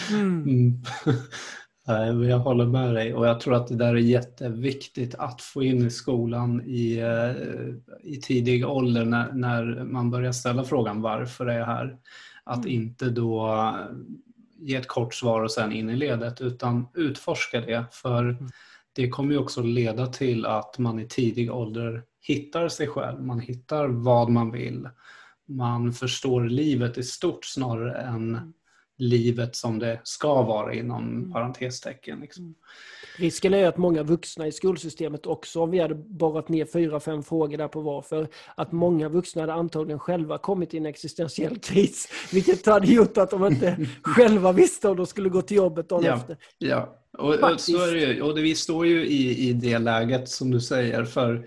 Jag håller med dig, och jag tror att det där är jätteviktigt att få in i skolan i tidig ålder när man börjar ställa frågan varför är jag här. Att inte då ge ett kort svar och sen in i ledet, utan utforska det, för det kommer ju också leda till att man i tidig ålder hittar sig själv. Man hittar vad man vill. Man förstår livet i stort snarare än livet som det ska vara inom parentestecken. Liksom. Risken är att många vuxna i skolsystemet också, om vi hade borrat ner 4-5 frågor där på varför, att många vuxna hade antagligen själva kommit i en existentiell kris, vilket hade gjort att de inte själva visste om de skulle gå till jobbet dagen efter. Ja. Och så är det ju, och vi står ju i det läget som du säger, för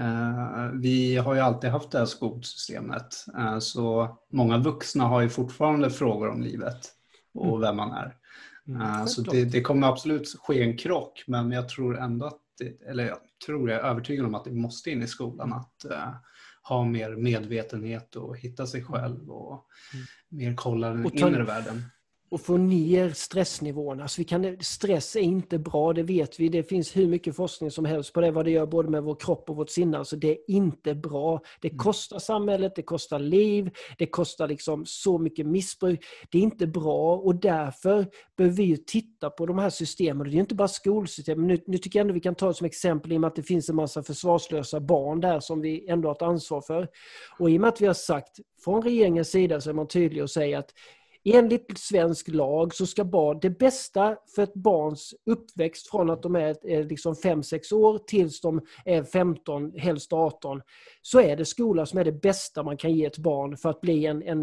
vi har ju alltid haft det här skolsystemet, så många vuxna har ju fortfarande frågor om livet och vem man är. Så det kommer absolut ske en krock, men jag tror ändå att jag är övertygad om att det måste in i skolan att ha mer medvetenhet och hitta sig själv och mer kolla den inre världen. Och få ner stressnivån. Alltså stress är inte bra, det vet vi. Det finns hur mycket forskning som helst på det, vad det gör både med vår kropp och vårt sinne. Alltså det är inte bra. Det kostar samhället, det kostar liv, det kostar liksom så mycket missbruk. Det är inte bra, och därför behöver vi ju titta på de här systemen. Och det är inte bara skolsystem. Men nu tycker jag ändå vi kan ta som exempel i och med att det finns en massa försvarslösa barn där som vi ändå har ett ansvar för. Och i och med att vi har sagt från regeringens sida, så är man tydlig och säger att enligt svensk lag så ska det bästa för ett barns uppväxt från att de är liksom 5-6 år tills de är 15, helst 18, så är det skola som är det bästa man kan ge ett barn för att bli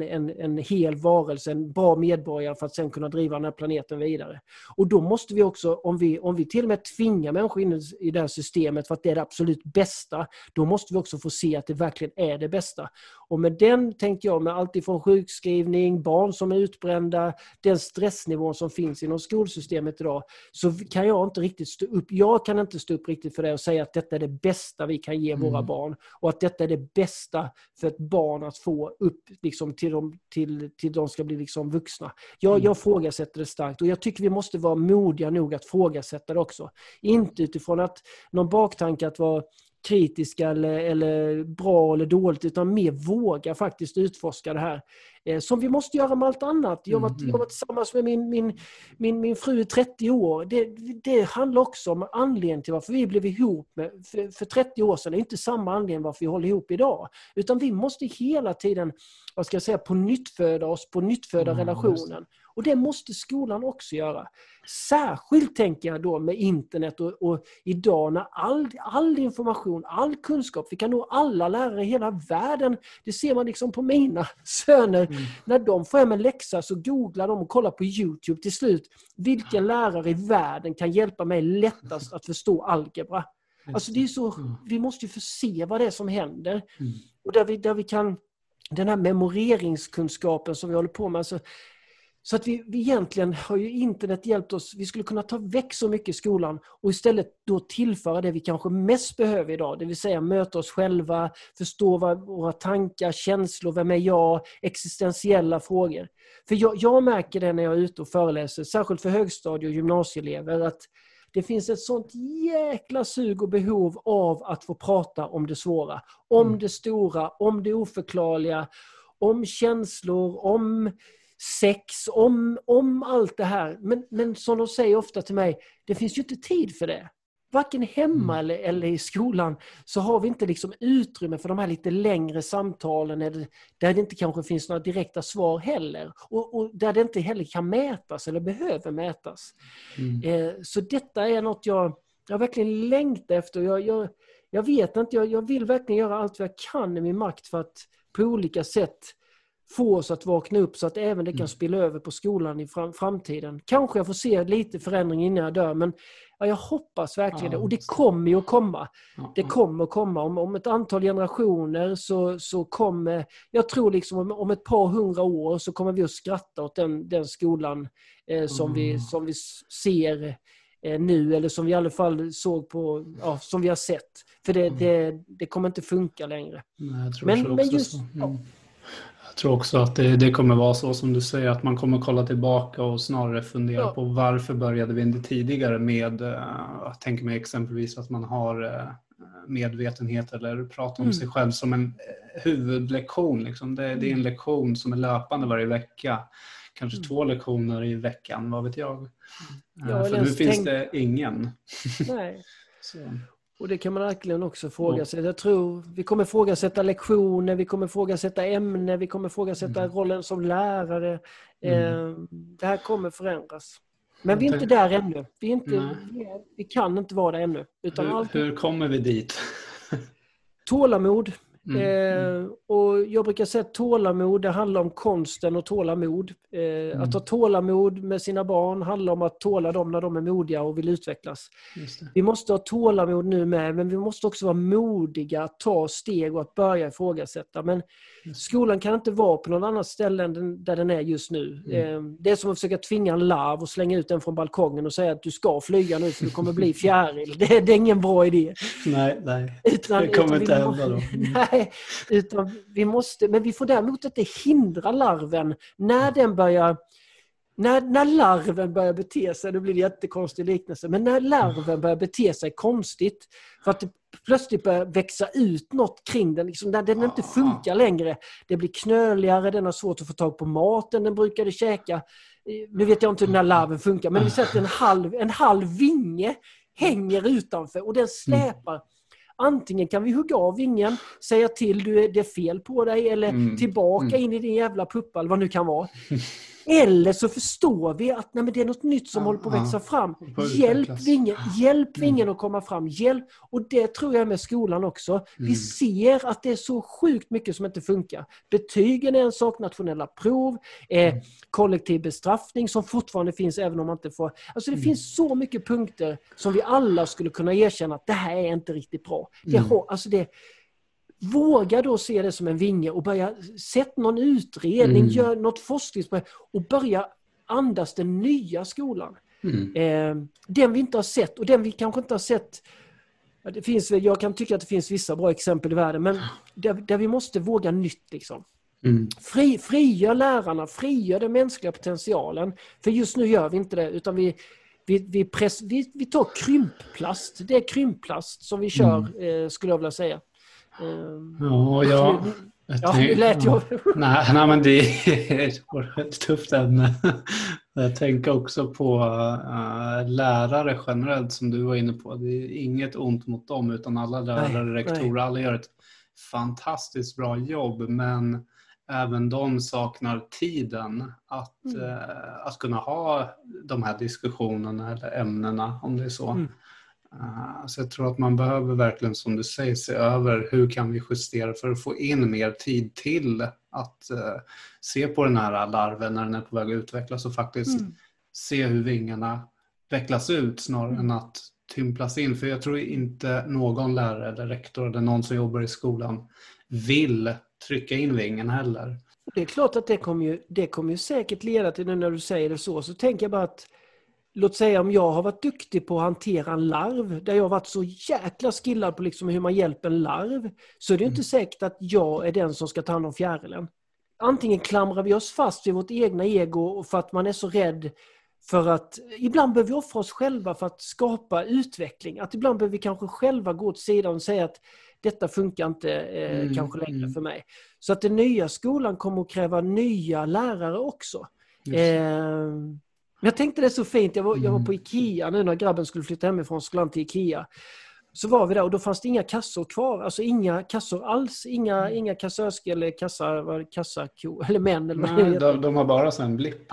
en hel varelse, en bra medborgare för att sen kunna driva den här planeten vidare. Och då måste vi också, om vi till och med tvingar människor in i det här systemet för att det är det absolut bästa, då måste vi också få se att det verkligen är det bästa. Och med den tänker jag, med allt ifrån sjukskrivning, barn som är utbrända, den stressnivån som finns inom skolsystemet idag, så kan jag inte riktigt stå upp. Jag kan inte stå upp riktigt för det och säga att detta är det bästa vi kan ge våra barn, och att detta är det bästa för ett barn att få upp liksom, till de ska bli liksom vuxna. Jag frågasätter det starkt, och jag tycker vi måste vara modiga nog att frågasätta det också. Inte utifrån att någon baktanke att vara kritiska eller bra eller dåligt, utan mer våga faktiskt utforska det här. Som vi måste göra med allt annat. Jag var tillsammans med min fru i 30 år. Det handlar också om anledningen till varför vi blev ihop för 30 år sedan. Det är inte samma anledning varför vi håller ihop idag. Utan vi måste hela tiden, på nyttföda relationen. Och det måste skolan också göra. Särskilt tänker jag då med internet och idag när all information, all kunskap, vi kan nå alla lärare i hela världen. Det ser man liksom på mina söner. När de får hem en läxa så googlar de och kollar på YouTube till slut. Vilken lärare i världen kan hjälpa mig lättast att förstå algebra? Alltså det är så, vi måste ju få se vad det är som händer. Och där vi kan, den här memoreringskunskapen som vi håller på med, alltså, så att vi egentligen har ju internet hjälpt oss. Vi skulle kunna ta väck så mycket i skolan och istället då tillföra det vi kanske mest behöver idag. Det vill säga möta oss själva, förstå våra tankar, känslor, vem är jag, existentiella frågor. För jag märker det när jag är ute och föreläser, särskilt för högstadie- och gymnasieelever, att det finns ett sånt jäkla sug och behov av att få prata om det svåra. Om det stora, om det oförklarliga, om känslor, om sex, om allt det här. Men som de säger ofta till mig, det finns ju inte tid för det. Varken hemma eller i skolan så har vi inte liksom utrymme för de här lite längre samtalen där det inte kanske finns några direkta svar heller. Och där det inte heller kan mätas eller behöver mätas. Så detta är något jag verkligen längtar efter. Jag vet inte, jag vill verkligen göra allt vad jag kan i min makt för att på olika sätt få oss att vakna upp så att även det kan spilla över på skolan i framtiden. Kanske jag får se lite förändring innan jag dör, men jag hoppas verkligen det. Och det kommer ju att komma. Det kommer att komma. Om ett antal generationer så kommer, jag tror liksom om ett par 100 år så kommer vi att skratta åt den skolan som vi ser nu, eller som vi i alla fall såg på, som vi har sett. För det kommer inte funka längre. Nej, jag tror men just så. Jag tror också att det kommer vara så som du säger, att man kommer kolla tillbaka och snarare fundera på varför började vi inte tidigare med, jag tänker mig exempelvis att man har medvetenhet eller pratar om sig själv som en huvudlektion. Liksom. Det är en lektion som är löpande varje vecka. Kanske 2 lektioner i veckan, vad vet jag. För nu finns det ingen. Nej. Och det kan man verkligen också fråga sig. Jag tror vi kommer frågasätta lektioner, vi kommer frågasätta ämne, vi kommer frågasätta rollen som lärare. Det här kommer förändras. Men vi är inte där ännu. Vi kan inte vara där ännu. Utan hur kommer vi dit? Tålamod. Och jag brukar säga att tålamod, det handlar om konsten och tålamod. Att ha tålamod med sina barn handlar om att tåla dem när de är modiga och vill utvecklas. Vi måste ha tålamod nu med, men vi måste också vara modiga att ta steg och att börja ifrågasätta. Men skolan kan inte vara på någon annan ställe än där den är just nu. Det är som att försöka tvinga en larv och slänga ut den från balkongen och säga att du ska flyga nu för du kommer bli fjäril. Det är ingen bra idé. Nej. Det kommer inte hända då. Nej, utan vi måste, men vi får däremot inte hindra larven när larven börjar bete sig, då blir det jättekonstig liknelse, men när larven börjar bete sig konstigt för att det plötsligt börjar växa ut något kring den, liksom, när den inte funkar längre, det blir knöligare, den har svårt att få tag på maten den brukade käka. Nu vet jag inte hur den här larven funkar, men vi sätter en halv vinge hänger utanför och den släpar. Antingen kan vi hugga av vingen, säga till det är fel på dig eller tillbaka in i din jävla puppa eller vad nu kan vara. Eller så förstår vi att nej, men det är något nytt som håller på att växa fram. Hjälp vingen att komma fram. Hjälp. Och det tror jag med skolan också. Vi ser att det är så sjukt mycket som inte funkar. Betygen är en sak, nationella prov, kollektiv bestraffning som fortfarande finns även om man inte får. Alltså det finns så mycket punkter som vi alla skulle kunna erkänna att det här är inte riktigt bra. Våga då se det som en vinge och börja sätta någon utredning, gör något forskningsprojekt och börja andas den nya skolan. Den vi inte har sett och den vi kanske inte har sett. Jag kan tycka att det finns vissa bra exempel i världen, men där vi måste våga nytt liksom. Frigör lärarna, frigör den mänskliga potentialen. För just nu gör vi inte det, utan vi tar krympplast. Det är krympplast som vi kör, skulle jag vilja säga. Nej, men det är ett tufft ämne. Jag tänker också på lärare generellt som du var inne på. Det är inget ont mot dem utan alla lärare, rektorer, alla gör ett fantastiskt bra jobb, men även de saknar tiden att kunna ha de här diskussionerna eller ämnena, om det är så. Så jag tror att man behöver verkligen, som du säger, se över hur kan vi justera för att få in mer tid till att se på den här larven när den är på väg att utvecklas och faktiskt se hur vingarna vecklas ut snarare än att tymplas in. För jag tror inte någon lärare eller rektor eller någon som jobbar i skolan vill trycka in vingen heller. Det är klart att det kommer ju säkert leda till, nu när du säger det så tänker jag bara att låt säga om jag har varit duktig på att hantera en larv, där jag har varit så jäkla skillad på liksom hur man hjälper en larv, så är det inte säkert att jag är den som ska ta hand om fjärilen. Antingen klamrar vi oss fast vid vårt egna ego för att man är så rädd för att, ibland behöver vi offra oss själva för att skapa utveckling. Att ibland behöver vi kanske själva gå åt sidan och säga att detta funkar inte kanske längre för mig. Så att den nya skolan kommer att kräva nya lärare också. Men jag tänkte det är så fint, jag var på Ikea nu när grabben skulle flytta hemifrån skolan till Ikea. Så var vi där och då fanns det inga kassor kvar, alltså inga kassor alls, inga kassörskor eller kassako eller män. Eller de har bara en blipp?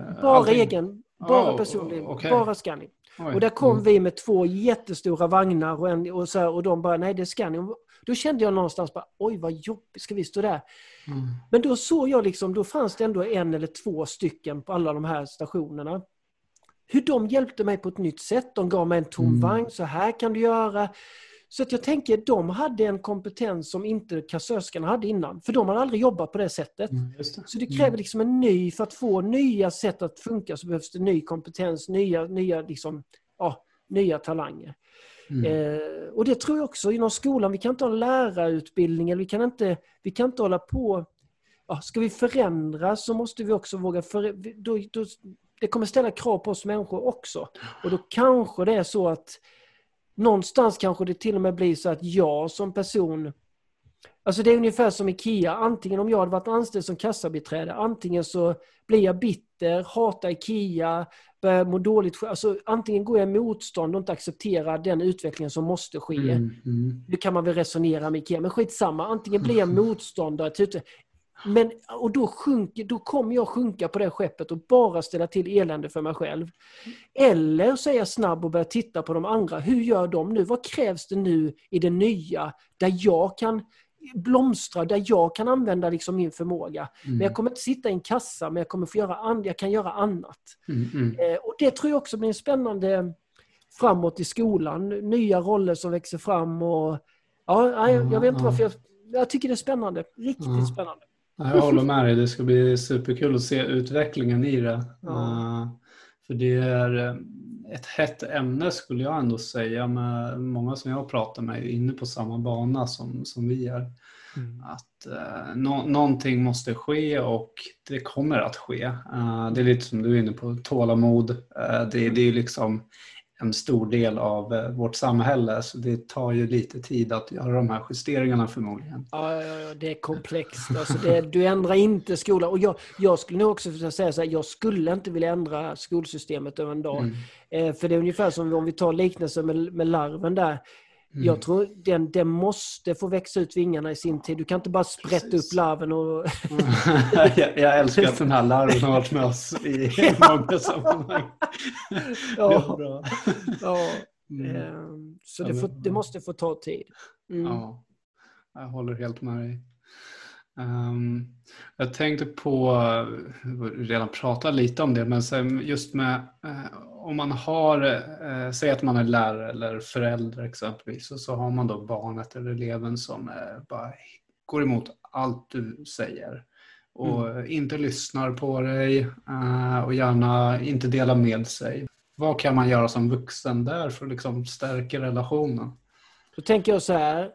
Bara personlig, bara scanning. Och där kom vi med 2 jättestora vagnar och de bara, nej det är scanning. Då kände jag någonstans bara, oj vad jobbigt, ska vi stå där? Men då såg jag liksom, då fanns det ändå 1 eller 2 stycken på alla de här stationerna. Hur de hjälpte mig på ett nytt sätt. De gav mig en tom vagn, så här kan du göra. Så att jag tänker, de hade en kompetens som inte kassörskarna hade innan. För de hade aldrig jobbat på det sättet. Så det kräver liksom en ny, för att få nya sätt att funka så behövs det ny kompetens, nya talanger. Och det tror jag också inom skolan. Vi kan inte ha lärarutbildning, eller vi kan inte hålla på. Ska vi förändra så måste vi också våga det kommer ställa krav på oss människor också. Och då kanske det är så att någonstans kanske det till och med blir så att jag som person Alltså det är ungefär som IKEA. Antingen om jag hade varit anställd som kassabiträde, antingen så blir jag bitter, hatar IKEA, börjar må dåligt. Alltså antingen går jag i motstånd och inte accepterar den utvecklingen som måste ske. Nu kan man väl resonera med IKEA, men skitsamma. Antingen blir jag motståndare till och då kommer jag sjunka på det skeppet och bara ställa till elände för mig själv. Eller så är jag snabb och börjar titta på de andra. Hur gör de nu? Vad krävs det nu i det nya där jag kan blomstra, där jag kan använda liksom min förmåga. Men jag kommer inte sitta i en kassa, men jag kommer få jag kan göra annat. Och det tror jag också blir spännande framåt i skolan. Nya roller som växer fram och jag vet inte varför jag tycker det är spännande. Riktigt spännande. Jag håller med dig. Det ska bli superkul att se utvecklingen i det. För det är ett hett ämne skulle jag ändå säga. Med många som jag pratar med är inne på samma bana som vi är. Att någonting måste ske och det kommer att ske. Det är lite som du är inne på, tålamod. Det är liksom en stor del av vårt samhälle, så det tar ju lite tid att göra de här justeringarna förmodligen. Ja, det är komplext. Alltså du ändrar inte skolan. Och jag skulle nog också säga så här, jag skulle inte vilja ändra skolsystemet över en dag. För det är ungefär som om vi tar liknelsen med larven där. Jag tror den måste få växa ut vingarna i sin tid. Du kan inte bara sprätta upp larven och... jag älskar att den här larven har varit med oss i många sammanhang. Det är bra. Så det måste få ta tid. Ja, jag håller helt med dig. Jag tänkte på, redan pratat lite om det, men sen just med om man har, säg att man är lärare eller förälder exempelvis, och så har man då barnet eller eleven som bara går emot allt du säger och inte lyssnar på dig och gärna inte delar med sig. Vad kan man göra som vuxen där för att liksom stärka relationen? Då tänker jag så här.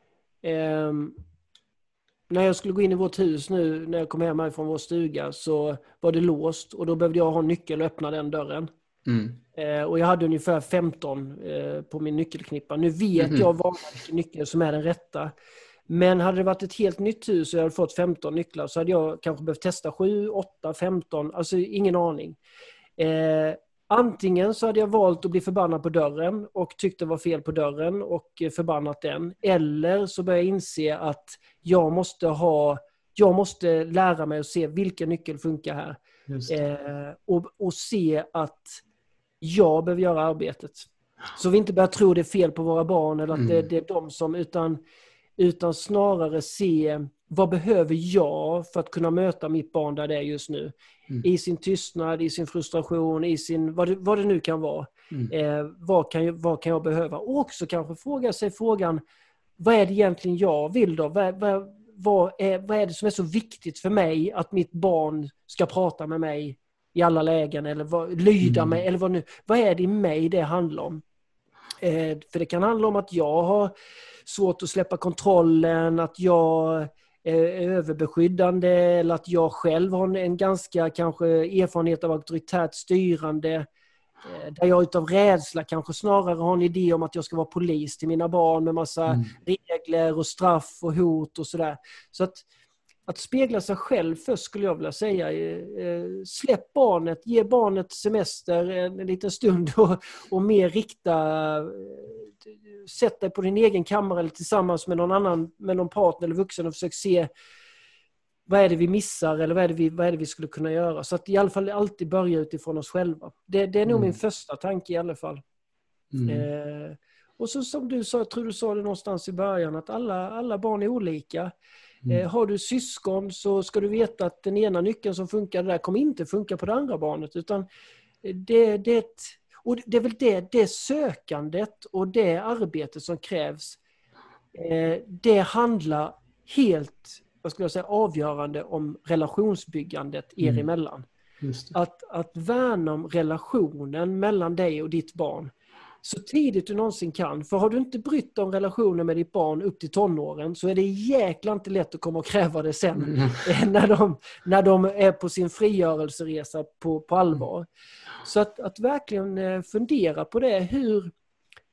När jag skulle gå in i vårt hus nu, när jag kom hem från vår stuga, så var det låst och då behövde jag ha nyckel och öppna den dörren. Och jag hade ungefär 15 på min nyckelknippa. Nu vet jag vilken nyckel som är den rätta. Men hade det varit ett helt nytt hus och jag hade fått 15 nycklar så hade jag kanske behövt testa 7, 8, 15. Alltså ingen aning. Antingen så hade jag valt att bli förbannad på dörren och tyckte det var fel på dörren och förbannat den. Eller så började jag inse att jag måste lära mig att se vilken nyckel funkar här. Och se att jag behöver göra arbetet. Så vi inte börjar tro det är fel på våra barn eller att det är de som, utan snarare se vad behöver jag för att kunna möta mitt barn där det är just nu. I sin tystnad, i sin frustration, i sin vad det nu kan vara. Vad kan jag behöva? Och också kanske fråga sig frågan, vad är det egentligen jag vill då? Vad är det som är så viktigt för mig att mitt barn ska prata med mig i alla lägen eller lyda mig eller vad är det i mig det handlar om? För det kan handla om att jag har svårt att släppa kontrollen, att jag är överbeskyddande eller att jag själv har en ganska kanske erfarenhet av auktoritärt styrande där jag utav rädsla kanske snarare har en idé om att jag ska vara polis till mina barn med massa regler och straff och hot och sådär. Så att spegla sig själv först skulle jag vilja säga. Släpp barnet, ge barnet semester en liten stund och mer sätt dig på din egen kammare eller tillsammans med någon annan, med någon partner eller vuxen och försök se vad är det vi missar eller vad är det vi skulle kunna göra. Så att i alla fall alltid börja utifrån oss själva. Det är nog min första tanke i alla fall. Och så som du sa, jag tror du sa det någonstans i början, att alla barn är olika. Har du syskon så ska du veta att den ena nyckeln som funkar där kommer inte funka på det andra barnet. Utan det är väl det sökandet och det arbetet som krävs. Det handlar helt, vad skulle jag säga, avgörande om relationsbyggandet er emellan. Att värna om relationen mellan dig och ditt barn så tidigt du någonsin kan. För har du inte brytt om relationen med ditt barn upp till tonåren så är det jäkla inte lätt att komma och kräva det sen när de är på sin frigörelseresa på allvar. Så att verkligen fundera på det.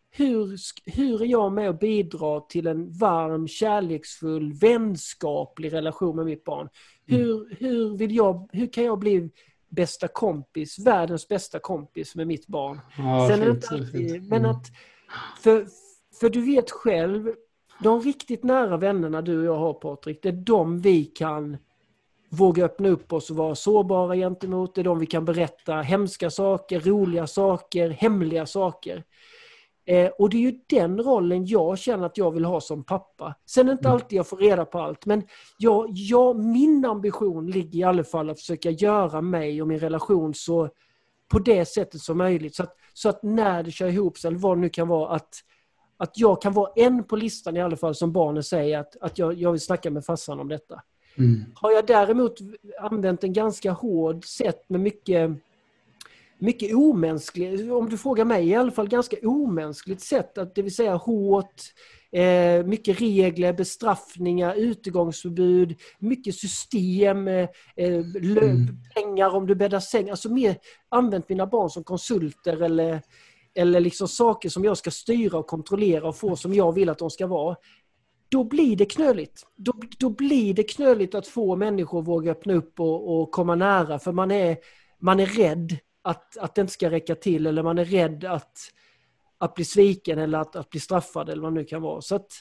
hur är jag med och bidrar till en varm, kärleksfull, vänskaplig relation med mitt barn? Hur kan jag bli bästa kompis, världens bästa kompis med mitt barn? Ja, Sen är det fint, inte alltid, fint. men att för du vet själv, de riktigt nära vännerna du och jag har, Patrik, det är de vi kan våga öppna upp oss och vara sårbara gentemot. Det är de vi kan berätta hemska saker, roliga saker, hemliga saker. Och det är ju den rollen jag känner att jag vill ha som pappa. Sen är det inte alltid jag får reda på allt, men min ambition ligger i alla fall att försöka göra mig och min relation så på det sättet som möjligt. Så att när det kör ihop sig, eller vad det nu kan vara, att jag kan vara en på listan i alla fall som barnen säger att jag vill snacka med farsan om detta. Har jag däremot använt en ganska hård sätt med mycket omänskligt, om du frågar mig i alla fall ganska omänskligt sätt, att det vill säga hårt, mycket regler, bestraffningar, utegångsförbud, mycket system, pengar om du bäddar säng, alltså mer använt mina barn som konsulter eller liksom saker som jag ska styra och kontrollera och få som jag vill att de ska vara. Då blir det knöligt. Då blir det knöligt att få människor våga öppna upp och komma nära, för man är rädd att det inte ska räcka till, eller man är rädd att bli sviken eller att bli straffad eller vad det nu kan vara. Så att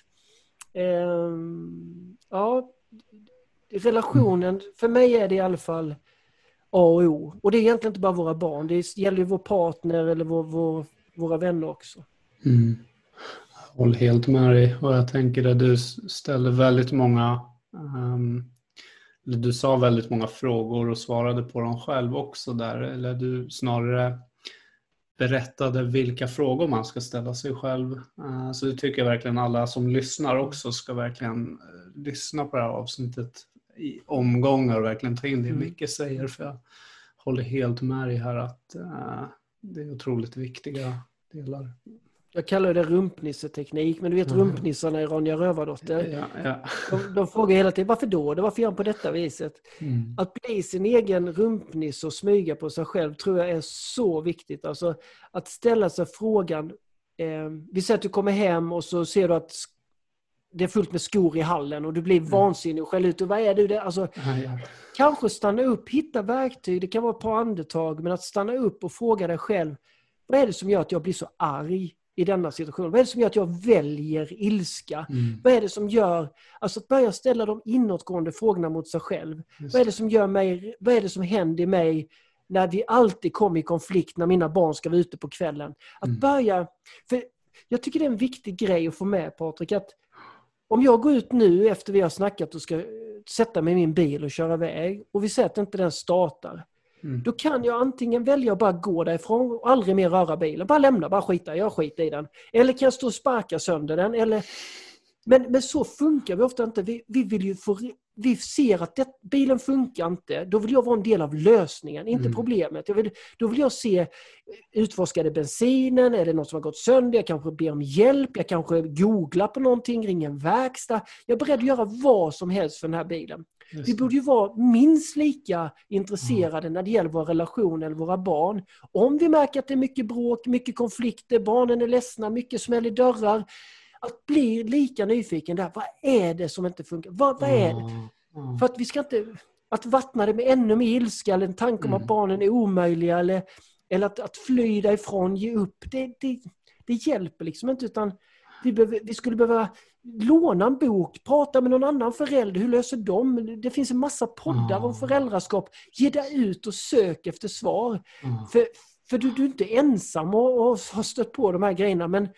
relationen, för mig är det i alla fall A och O. Och det är egentligen inte bara våra barn, det gäller ju vår partner eller våra vänner också. Jag håller helt med dig, och jag tänker att du ställde väldigt många du sa väldigt många frågor och svarade på dem själv också där, eller du snarare berättade vilka frågor man ska ställa sig själv. Så det tycker jag verkligen alla som lyssnar också ska verkligen lyssna på det här avsnittet i omgångar och verkligen ta in det Micke säger, för jag håller helt med dig här att det är otroligt viktiga delar. Jag kallar det rumpnisseteknik, men du vet rumpnissarna i Ronja Rövardotter. Ja. De frågar hela tiden, varför då? Varför gör han på detta viset? Att bli sin egen rumpnisse och smyga på sig själv tror jag är så viktigt. Alltså att ställa sig frågan, vi säger att du kommer hem och så ser du att det är fullt med skor i hallen och du blir vansinnig och skäller ut. Och vad är du där? Alltså, kanske stanna upp, hitta verktyg, det kan vara ett par andetag, men att stanna upp och fråga dig själv, vad är det som gör att jag blir så arg i denna situation? Vad är det som gör att jag väljer ilska? Vad är det som gör, alltså att börja ställa de inåtgående frågorna mot sig själv. Vad är det som gör mig, vad är det som händer i mig när vi alltid kommer i konflikt när mina barn ska vara ute på kvällen? Att börja, för jag tycker det är en viktig grej att få med, Patrik, att om jag går ut nu efter vi har snackat och ska sätta mig i min bil och köra iväg och vi ser att inte den startar, då kan jag antingen välja att bara gå därifrån och aldrig mer röra bilen. Bara lämna, bara skita, jag skiter i den. Eller kan jag stå och sparka sönder den. Eller... Men så funkar vi ofta inte. Vi vill ju vi ser att bilen funkar inte. Då vill jag vara en del av lösningen, inte problemet. Då vill jag se, utforskade bensinen, är det något som har gått sönder? Jag kanske ber om hjälp, jag kanske googlar på någonting, ringer en verkstad. Jag är beredd att göra vad som helst för den här bilen. Vi borde ju vara minst lika intresserade när det gäller vår relation eller våra barn. Om vi märker att det är mycket bråk, mycket konflikter, barnen är ledsna, mycket smäll i dörrar, att bli lika nyfiken där. Vad är det som inte funkar? Vad är det? För att vi ska inte... Att vattna det med ännu mer ilska eller en tanke om att barnen är omöjliga eller att fly därifrån, ge upp. Det hjälper liksom inte, utan vi skulle behöva låna en bok, prata med någon annan förälder, hur löser de? Det finns en massa poddar om föräldraskap. Ge dig ut och sök efter svar. För du är inte ensam och har stött på de här grejerna, men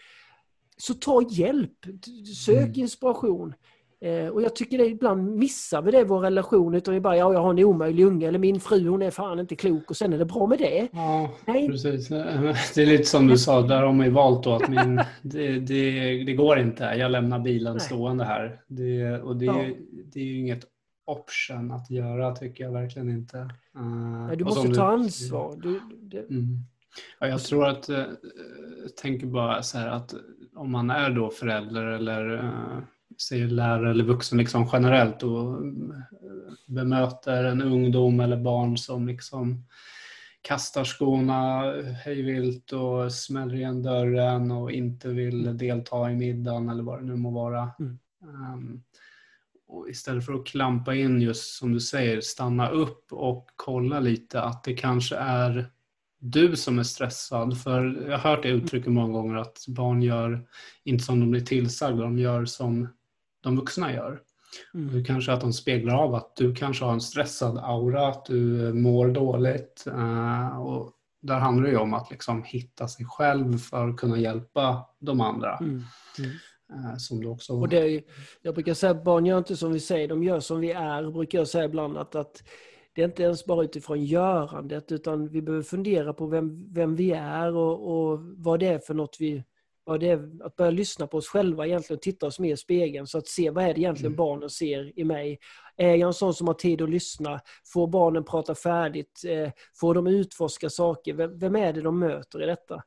så ta hjälp, sök inspiration. Och jag tycker det ibland missar vi det i vår relation, utan vi bara, jag har en omöjlig unge, eller min fru, hon är fan inte klok, och sen är det bra med det. Ja, nej. Precis. Det är lite som du sa, där har man ju valt då att det går inte, jag lämnar bilen stående här. Det är ju inget option att göra, tycker jag verkligen inte. Du måste ta ansvar. Ja, jag tror att, jag tänker bara så här att om man är då förälder eller säger lärare eller vuxen liksom generellt och bemöter en ungdom eller barn som liksom kastar skorna hejvilt och smäller igen dörren och inte vill delta i middagen eller vad det nu må vara. Och istället för att klampa in, just som du säger, stanna upp och kolla lite att det kanske är du som är stressad. För jag har hört det uttrycket många gånger att barn gör inte som de blir tillsagda, de gör som de vuxna gör. Det kanske att de speglar av att du kanske har en stressad aura, att du mår dåligt. Och där handlar det ju om att liksom hitta sig själv för att kunna hjälpa de andra. Som du också... Och jag brukar säga att barn gör inte som vi säger, de gör som vi är. Brukar jag säga ibland att det är inte ens bara utifrån görandet, utan vi behöver fundera på vem vi är och vad det är för något vad det är, att börja lyssna på oss själva egentligen och titta oss mer i spegeln, så att se vad är det egentligen barnen ser i mig. Är jag en sån som har tid att lyssna? Får barnen prata färdigt? Får de utforska saker? Vem är det de möter i detta?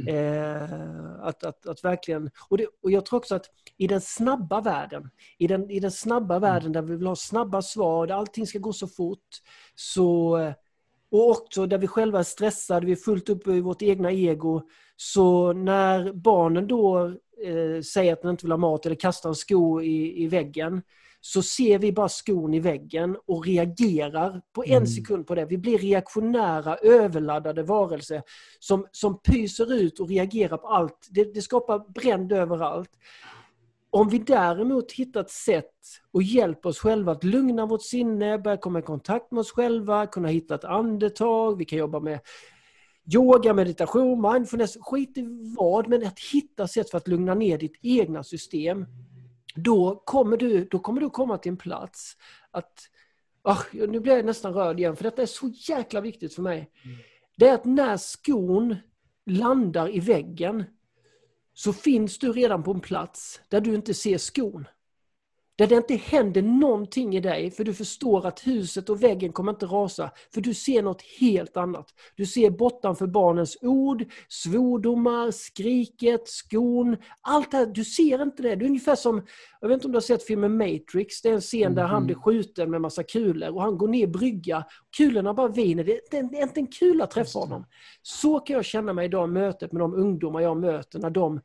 Att verkligen, och jag tror också att i den snabba världen, i den snabba världen där vi vill ha snabba svar, där allting ska gå så fort, och också där vi själva är stressade, vi är fullt upp i vårt egna ego, så när barnen då säger att de inte vill ha mat eller kastar en sko i väggen, så ser vi bara skon i väggen och reagerar på en sekund på det. Vi blir reaktionära, överladdade varelser som pyser ut och reagerar på allt. Det skapar bränd överallt. Om vi däremot hittar ett sätt och hjälper oss själva att lugna vårt sinne, börja komma i kontakt med oss själva, kunna hitta ett andetag, vi kan jobba med yoga, meditation, mindfulness, skit i vad, men att hitta sätt för att lugna ner ditt egna system. Då kommer du komma till en plats att, nu blir jag nästan rörd igen, för detta är så jäkla viktigt för mig. Det är att när skon landar i väggen, så finns du redan på en plats där du inte ser skon. Där det inte händer någonting i dig, för du förstår att huset och väggen kommer inte rasa, för du ser något helt annat. Du ser bortanför barnens ord, svordomar, skriket, skon, allt det här. Du ser inte det. Det är ungefär som, jag vet inte om du har sett filmen Matrix, det är en scen där han blir skjuten med massa kulor och han går ner i brygga, kulorna bara viner, det är inte en kula träffar honom. Så kan jag känna mig idag i mötet med de ungdomar jag möter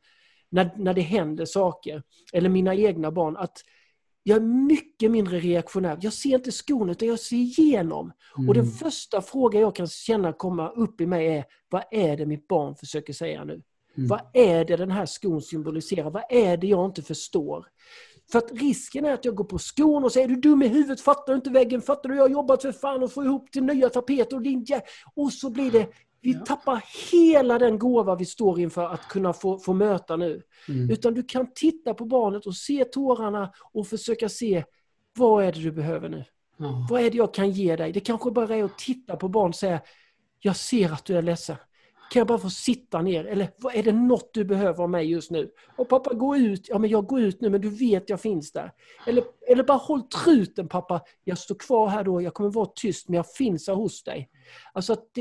när det händer saker, eller mina egna barn, att jag är mycket mindre reaktionär. Jag ser inte skon, utan jag ser igenom. Och den första frågan jag kan känna komma upp i mig är, vad är det mitt barn försöker säga nu? Vad är det den här skon symboliserar? Vad är det jag inte förstår? För att risken är att jag går på skon och säger, du dum i huvudet, fattar du inte väggen? Fattar du, jag har jobbat för fan och få ihop till nya tapeter och så blir det, vi tappar hela den gåva vi står inför att kunna få möta nu. Utan du kan titta på barnet och se tårarna och försöka se, vad är det du behöver nu? Vad är det jag kan ge dig? Det kanske bara är att titta på barn och säga, jag ser att du är ledsen. Kan jag bara få sitta ner? Eller vad är det något du behöver av mig just nu? Och pappa, gå ut. Ja, men jag går ut nu, men du vet jag finns där. Eller bara håll truten, pappa. Jag står kvar här då, jag kommer vara tyst, men jag finns här hos dig. Alltså att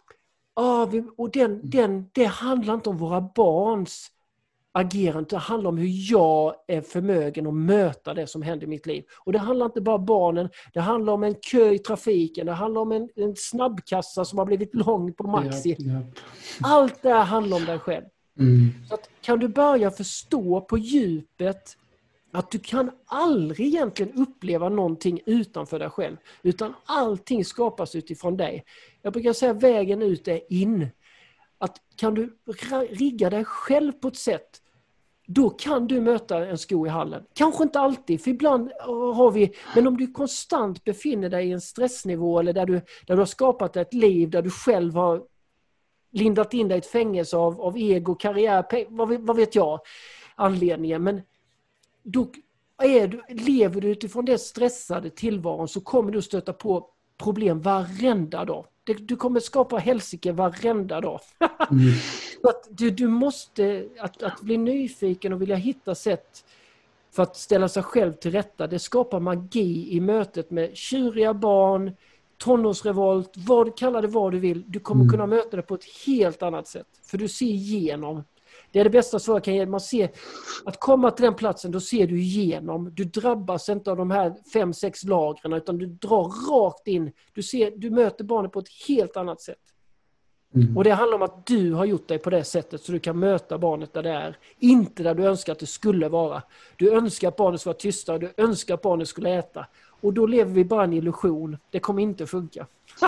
det handlar inte om våra barns agerande, det handlar om hur jag är förmögen att möta det som händer i mitt liv. Och det handlar inte bara om barnen, det handlar om en kö i trafiken, det handlar om en snabbkassa som har blivit lång på Maxi. Allt det här handlar om dig själv. Så att, kan du börja förstå på djupet att du kan aldrig egentligen uppleva någonting utanför dig själv, utan allting skapas utifrån dig. Jag brukar säga vägen ut är in. Att kan du rigga dig själv på ett sätt, då kan du möta en sko i hallen. Kanske inte alltid, för ibland har vi, men om du konstant befinner dig i en stressnivå eller där du har skapat ett liv där du själv har lindat in dig i ett fängelse av ego, karriär, vad vet jag, anledningen, men då lever du utifrån det stressade tillvaron, så kommer du stöta på problem varenda dag. Du kommer skapa helsike varenda dag. Så att du måste att bli nyfiken och vilja hitta sätt för att ställa sig själv till rätta. Det skapar magi i mötet med tjuriga barn, tonårsrevolt, kalla det vad du vill. Du kommer kunna möta det på ett helt annat sätt. För du ser igenom. Det är det bästa svar jag kan ge. Man ser att komma till den platsen, då ser du igenom. Du drabbas inte av de här 5-6 lagren, utan du drar rakt in. Du möter barnet på ett helt annat sätt. Och det handlar om att du har gjort dig på det sättet så du kan möta barnet där det är. Inte där du önskar att det skulle vara. Du önskar att barnet ska vara tysta och du önskar att barnet skulle äta. Och då lever vi bara en illusion. Det kommer inte att funka.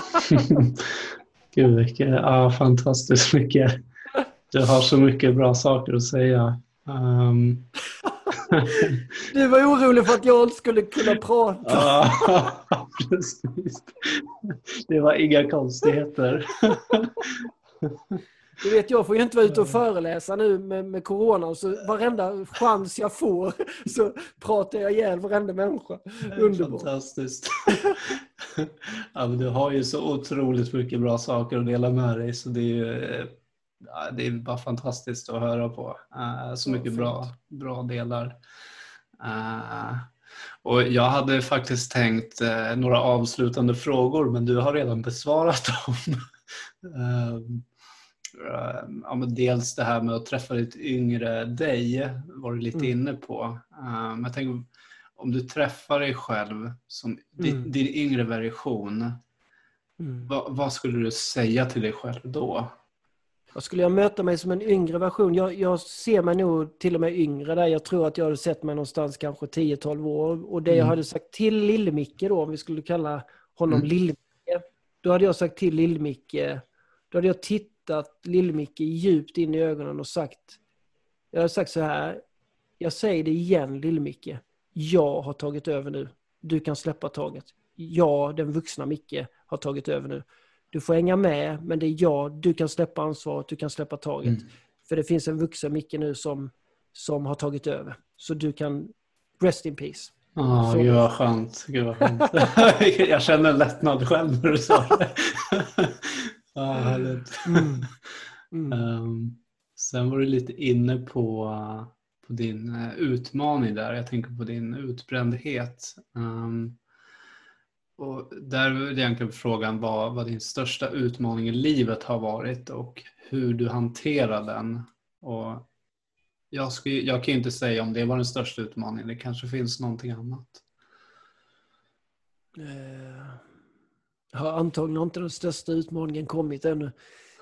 Gud, vilket, fantastiskt mycket. Du har så mycket bra saker att säga. Du var orolig för att jag skulle kunna prata. Ja, precis. Det var inga konstigheter. Du vet, jag får ju inte vara ute och föreläsa nu med corona. Så varenda chans jag får så pratar jag ihjäl varenda människa. Underbart. Fantastiskt. Ja, men du har ju så otroligt mycket bra saker att dela med dig. Så det är bara fantastiskt att höra på. Så mycket bra delar. Och jag hade faktiskt tänkt några avslutande frågor, men du har redan besvarat dem. Ja, men dels det här med att träffa ditt yngre dig var du lite inne på. Men jag tänker, om du träffar dig själv som din yngre version, vad skulle du säga till dig själv då? Skulle jag möta mig som en yngre version? Jag ser mig nog till och med yngre där. Jag tror att jag hade sett mig någonstans kanske 10-12 år. Och det jag hade sagt till Lille-Micke då, om vi skulle kalla honom Lille-Micke. Då hade jag sagt till Lille-Micke, då hade jag tittat Lille-Micke djupt in i ögonen och sagt, jag hade sagt så här, jag säger det igen Lille-Micke, jag har tagit över nu. Du kan släppa taget. Jag, den vuxna Micke, har tagit över nu. Du får hänga med, men det är du kan släppa ansvaret, du kan släppa taget. För det finns en vuxen Micke nu som har tagit över. Så du kan rest in peace. Gud vad skönt. Jag känner en lättnad själv när du sa det. Härligt. Sen var du lite inne på din utmaning där. Jag tänker på din utbrändhet. Och där är egentligen frågan vad din största utmaning i livet har varit och hur du hanterar den. Och jag kan inte säga om det var den största utmaningen. Det kanske finns någonting annat. Har antagligen inte den största utmaningen kommit ännu.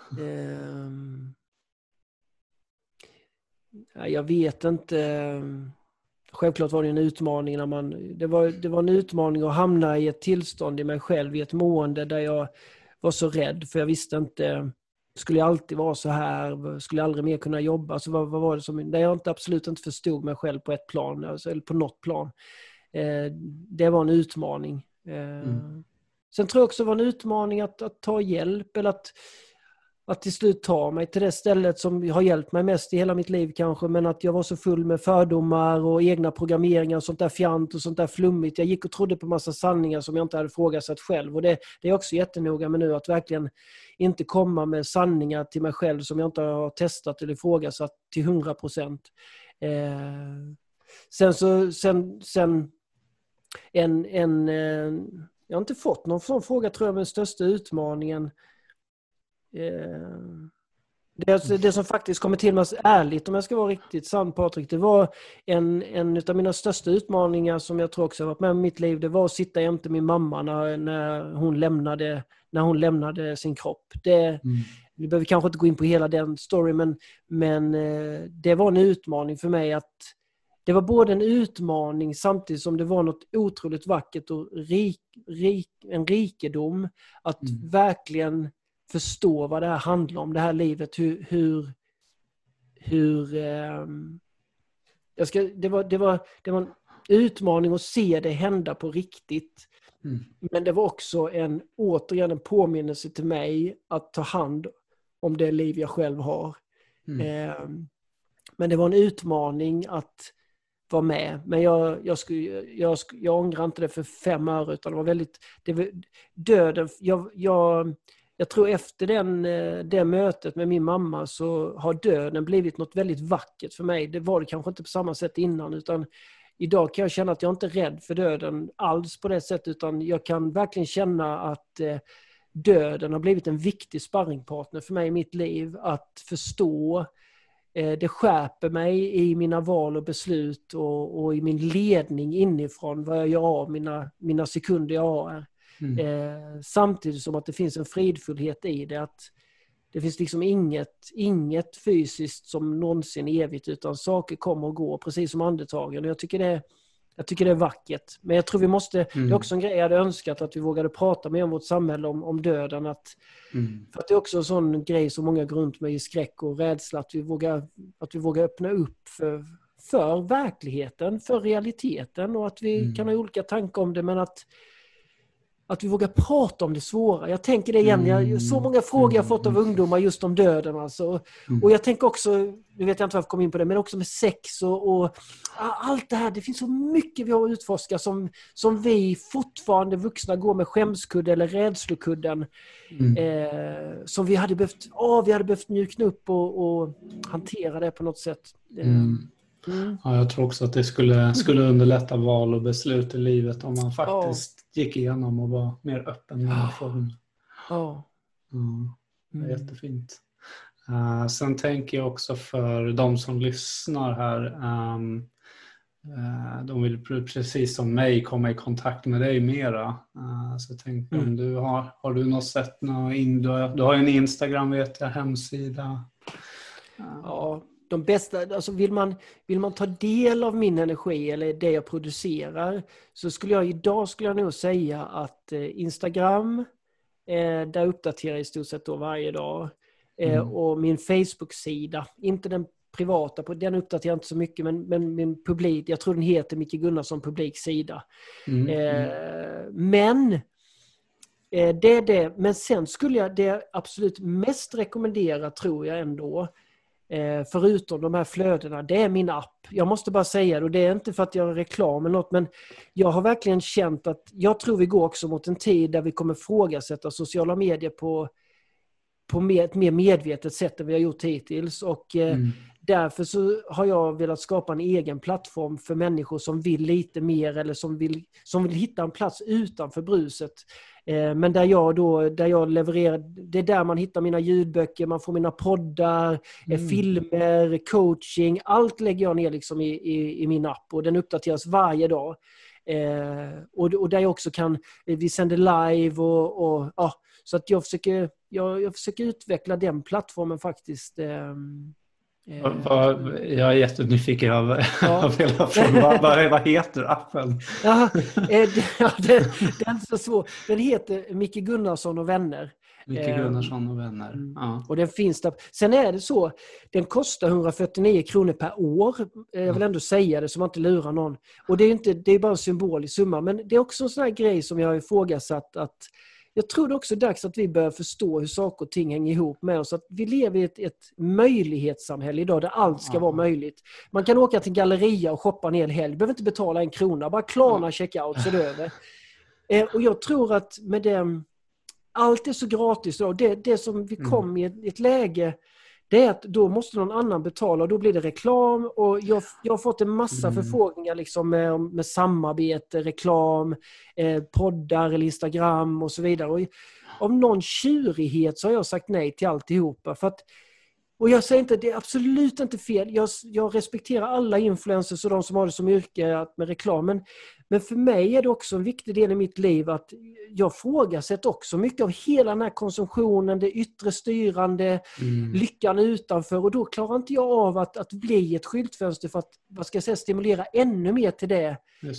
Jag vet inte. Självklart var det en utmaning det var en utmaning att hamna i ett tillstånd i mig själv, i ett mående där jag var så rädd, för jag visste inte, skulle jag alltid vara så här, skulle jag aldrig mer kunna jobba, alltså vad var det som, där jag absolut inte förstod mig själv på ett plan, alltså, eller på något plan. Det var en utmaning. Sen tror jag också det var en utmaning att ta hjälp, eller att till slut ta mig till det stället som har hjälpt mig mest i hela mitt liv kanske, men att jag var så full med fördomar och egna programmeringar och sånt där fjant och sånt där flummigt. Jag gick och trodde på massa sanningar som jag inte hade frågat själv, och det är också jättenoga med nu att verkligen inte komma med sanningar till mig själv som jag inte har testat eller ifrågasatt till 100%. Sen jag har inte fått någon sån fråga, tror jag, med den största utmaningen. Det som faktiskt kommer till mig ärligt, om jag ska vara riktigt sann, Patrik, det var en av mina största utmaningar som jag tror också har varit med i mitt liv. Det var att sitta jämte min mamma när hon lämnade sin kropp. Vi behöver kanske inte gå in på hela den storyn, men det var en utmaning för mig. Att det var både en utmaning samtidigt som det var något otroligt vackert och en rikedom att verkligen förstå vad det här handlar om, det här livet, det var en utmaning att se det hända på riktigt. Men det var också återigen en påminnelse till mig att ta hand om det liv jag själv har. Men det var en utmaning att vara med. Men jag ångrar inte det för 5 öre, utan det var väldigt döden. Jag tror efter det mötet med min mamma så har döden blivit något väldigt vackert för mig. Det var det kanske inte på samma sätt innan, utan idag kan jag känna att jag inte är rädd för döden alls på det sättet, utan jag kan verkligen känna att döden har blivit en viktig sparringpartner för mig i mitt liv. Att förstå, det skärper mig i mina val och beslut och i min ledning inifrån vad jag gör av mina sekunder jag har. Samtidigt som att det finns en fridfullhet i det, Det finns liksom inget fysiskt som någonsin är evigt, utan saker kommer och går, precis som andetagen. Och jag tycker det är vackert. Men jag tror vi måste, det är också en grej jag hade önskat, att vi vågade prata mer om vårt samhälle, om döden. För att det är också en sån grej som många går runt med i skräck och rädsla, att vi vågar öppna upp för verkligheten, för realiteten, och att vi kan ha olika tankar om det, men att vi vågar prata om det svåra. Jag tänker det igen. Så många frågor jag fått av ungdomar just om döden. Alltså. Och jag tänker också, nu vet jag inte varför jag kom in på det, men också med sex och allt det här. Det finns så mycket vi har att utforska som vi fortfarande vuxna går med skämskudde eller rädslokudden. Som vi hade behövt mjukna upp och hantera det på något sätt. Ja, jag tror också att det skulle underlätta val och beslut i livet om man faktiskt gick igenom och var mer öppen med den frågan. Det är jättefint. Sen tänker jag också för de som lyssnar här, de vill precis som mig komma i kontakt med dig mera. Så jag tänkte om du har du något sätt, du har ju en Instagram, vet jag, hemsida. Ja. De bästa, alltså vill man ta del av min energi eller det jag producerar, så skulle jag nog säga att Instagram, där uppdaterar jag i stort sett då varje dag, och min Facebook-sida, inte den privata, på den uppdaterar jag inte så mycket, men min publik, jag tror den heter Micke Gunnarsson publiksida. Men det är det. Men sen skulle jag det absolut mest rekommendera, tror jag ändå, förutom de här flödena, det är min app. Jag måste bara säga det, och det är inte för att jag har reklam eller något, men jag har verkligen känt att jag tror vi går också mot en tid där vi kommer ifrågasätta sociala medier på ett mer medvetet sätt än vi har gjort hittills, och därför så har jag velat skapa en egen plattform för människor som vill lite mer, eller som vill hitta en plats utanför bruset. Men där jag levererar, det är där man hittar mina ljudböcker, man får mina poddar, filmer, coaching, allt lägger jag ner liksom i min app, och den uppdateras varje dag. Och där jag också vi sänder live och så att jag försöker utveckla den plattformen faktiskt. Jag är jättenyfiken. Vad heter appen? Den är så svår. Den heter Micke Gunnarsson och vänner. Micke Gunnarsson och vänner. Och den finns där. Sen är det så, den kostar 149 kronor per år. Jag vill ändå säga det så man inte lurar någon. Och det är bara en symbolisk summa. Men det är också en sån här grej som jag har ifrågasatt, att jag tror det också är dags att vi börjar förstå hur saker och ting hänger ihop med oss. Att vi lever i ett möjlighetssamhälle idag där allt ska vara möjligt. Man kan åka till Galleria och shoppa en hel helg. Behöver inte betala en krona. Bara Klarna checkout så är det över. Och jag tror att med det, allt är så gratis då. Det som vi kom i ett läge, det är att då måste någon annan betala, och då blir det reklam, och jag har fått en massa förfrågningar liksom med samarbete, reklam, poddar eller Instagram och så vidare. Och av någon tjurighet så har jag sagt nej till alltihopa. Och jag säger inte, det är absolut inte fel. Jag respekterar alla influencers och de som har det som yrke med reklamen. Men för mig är det också en viktig del i mitt liv att jag frågasätter också mycket av hela den här konsumtionen, det yttre styrande, lyckan utanför. Och då klarar inte jag av att bli ett skyltfönster för att stimulera ännu mer till det.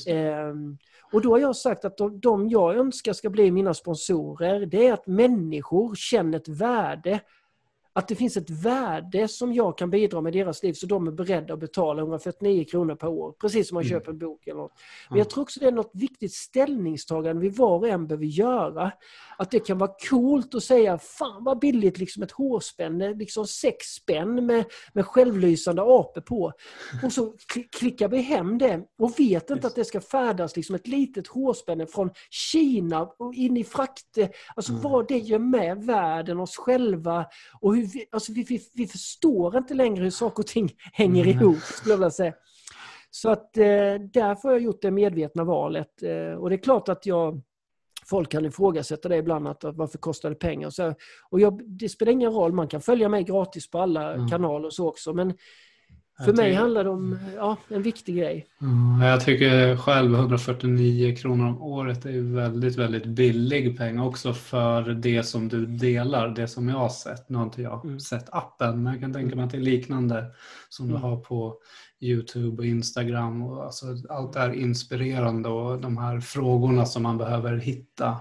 Och då har jag sagt att de jag önskar ska bli mina sponsorer, det är att människor känner ett värde. Att det finns ett värde som jag kan bidra med deras liv, så de är beredda att betala 149 kronor per år. Precis som man köper en bok eller något. Men jag tror också det är något viktigt ställningstagande vi var och en behöver göra. Att det kan vara coolt att säga, fan vad billigt liksom ett hårspänne, liksom 6 spänn med självlysande apor på. Och så klickar vi hem det och vet inte att det ska färdas liksom ett litet hårspänne från Kina och in i frakt. Alltså vad det gör med världen, oss själva, och hur vi förstår inte längre hur saker och ting hänger ihop, skulle jag vilja säga. Så att därför har jag gjort det medvetna valet. Och det är klart att folk kan ifrågasätta det ibland, att varför kostar det pengar. Och det spelar ingen roll, man kan följa mig gratis på alla kanaler och så också. Men För mig handlar det om en viktig grej. Jag tycker själv 149 kronor om året är väldigt, väldigt billig pengar också för det som du delar, det som jag har sett. Nu har inte jag sett appen, men jag kan tänka mig att det är liknande som du har på YouTube och Instagram. Och alltså, allt är inspirerande och de här frågorna som man behöver hitta.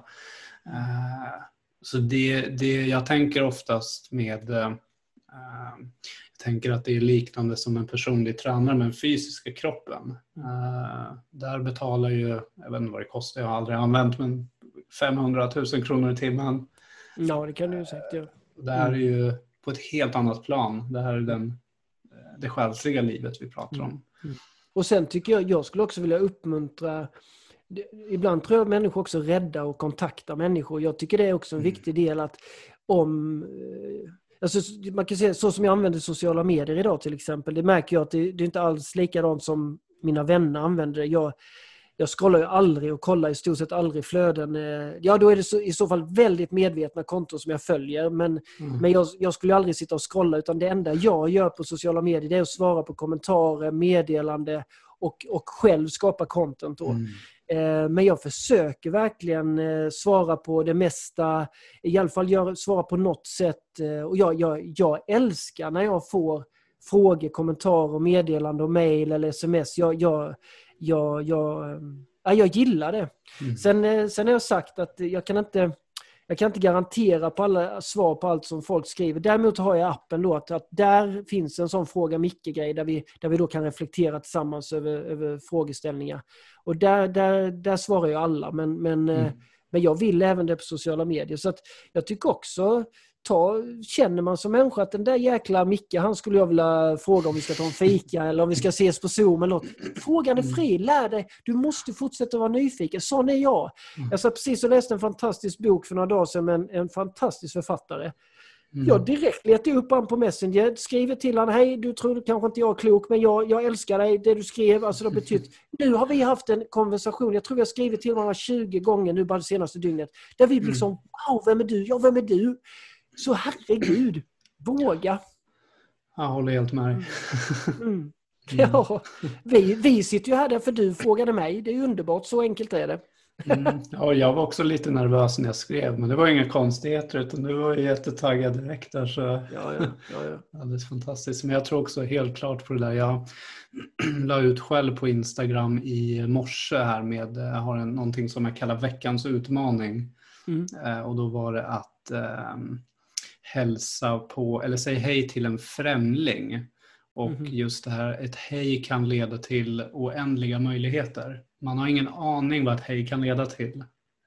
Så det jag tänker oftast med... Jag tänker att det är liknande som en personlig tränare med den fysiska kroppen. Där betalar ju, jag vet inte vad det kostar, jag har aldrig använt, men 500 000 kronor i timmen. Ja, det kan du säkert göra. Det här är ju på ett helt annat plan. Det här är det själsliga livet vi pratar om. Och sen tycker jag skulle också vilja uppmuntra, ibland tror jag att människor också är rädda och kontaktar människor. Jag tycker det är också en viktig del att alltså, man kan säga så som jag använder sociala medier idag till exempel. Det märker jag att det är inte alls likadant som mina vänner använder det. Jag scrollar ju aldrig och kollar i stort sett aldrig flöden. Ja, då är det i så fall väldigt medvetna konton som jag följer. Men jag skulle aldrig sitta och scrolla, utan det enda jag gör på sociala medier det är att svara på kommentarer, meddelande och själv skapa content då. Men jag försöker verkligen svara på det mesta, i alla fall svara på något sätt. Och jag älskar när jag får frågor, kommentarer, meddelande och mejl eller sms. Jag gillar det. Sen har jag sagt att jag kan inte garantera på alla svar på allt som folk skriver. Däremot har jag appen då att där finns en sån fråga Micke-grej där vi då kan reflektera tillsammans över frågeställningar. Och där svarar ju alla. Men jag vill även det på sociala medier. Så att jag tycker också, känner man som människa att den där jäkla Micke, han skulle jag vilja fråga om vi ska ta en fika eller om vi ska ses på Zoom eller något. Frågan är fri, lär dig. Du måste fortsätta vara nyfiken. Sån är jag. Jag satt precis och läste en fantastisk bok för några dagar sedan med en fantastisk författare. Jag direkt letade upp han på Messenger, skriver till han: hej, du tror kanske inte jag är klok, men jag älskar dig, det du skrev, alltså det har betytt. Nu har vi haft en konversation, jag tror vi har skrivit till varandra 20 gånger nu bara det senaste dygnet, där vi liksom, wow, vem är du? Ja, vem är du? Så herregud, våga. Jag håller helt med dig. Ja, vi sitter ju här därför du frågade mig, det är underbart, så enkelt är det. Ja, jag var också lite nervös när jag skrev, men det var inga konstigheter utan du var jättetaggad direkt där, så ja. alldeles fantastiskt. Men jag tror också helt klart på det där. Jag la ut själv på Instagram i morse här med, jag har någonting som jag kallar veckans utmaning. Och då var det att hälsa på, eller säga hej till en främling. Och just det här, ett hej kan leda till oändliga möjligheter. Man har ingen aning vad ett hej kan leda till.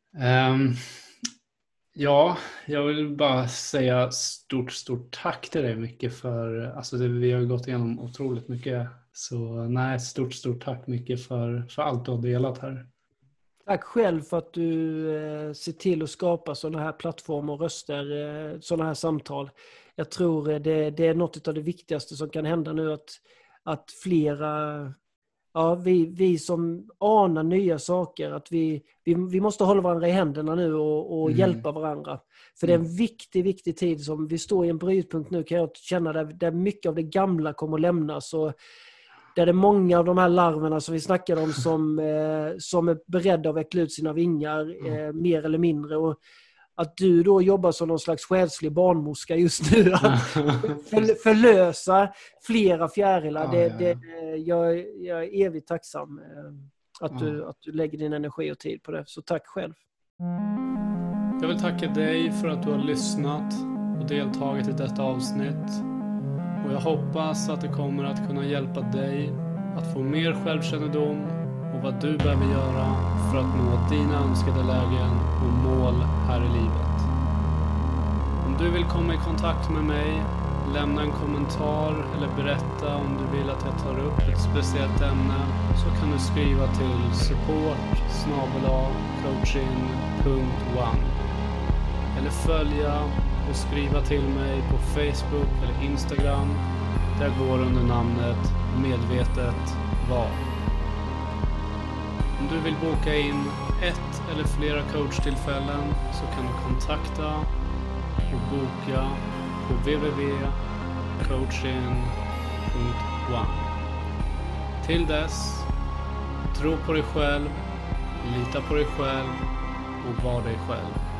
Ja, jag vill bara säga stort tack till dig mycket för, alltså vi har gått igenom otroligt mycket. Så stort tack mycket för allt du har delat här. Tack själv för att du ser till att skapa sådana här plattformar och röster, sådana här samtal. Jag tror det är något av det viktigaste som kan hända nu, att flera, vi som anar nya saker, att vi måste hålla varandra i händerna nu och hjälpa varandra. För det är en viktig tid som vi står i en brytpunkt nu, kan jag känna, där mycket av det gamla kommer att lämnas, och där det är många av de här larverna som vi snackade om som är beredda att veckla ut sina vingar mer eller mindre. Och att du då jobbar som någon slags själslig barnmorska just nu, att förlösa flera fjärilar. Jag är evigt tacksam att du lägger din energi och tid på det. Så tack själv. Jag vill tacka dig för att du har lyssnat och deltagit i detta avsnitt. Och jag hoppas att det kommer att kunna hjälpa dig att få mer självkännedom och vad du behöver göra för att nå dina önskade lägen och mål här i livet. Om du vill komma i kontakt med mig, lämna en kommentar eller berätta om du vill att jag tar upp ett speciellt ämne, så kan du skriva till support@coaching.one eller följa och skriva till mig på Facebook eller Instagram. Där går under namnet Medvetet Val. Om du vill boka in ett eller flera coachtillfällen så kan du kontakta och boka på www.coaching.one. One. Till dess, tro på dig själv, lita på dig själv och var dig själv.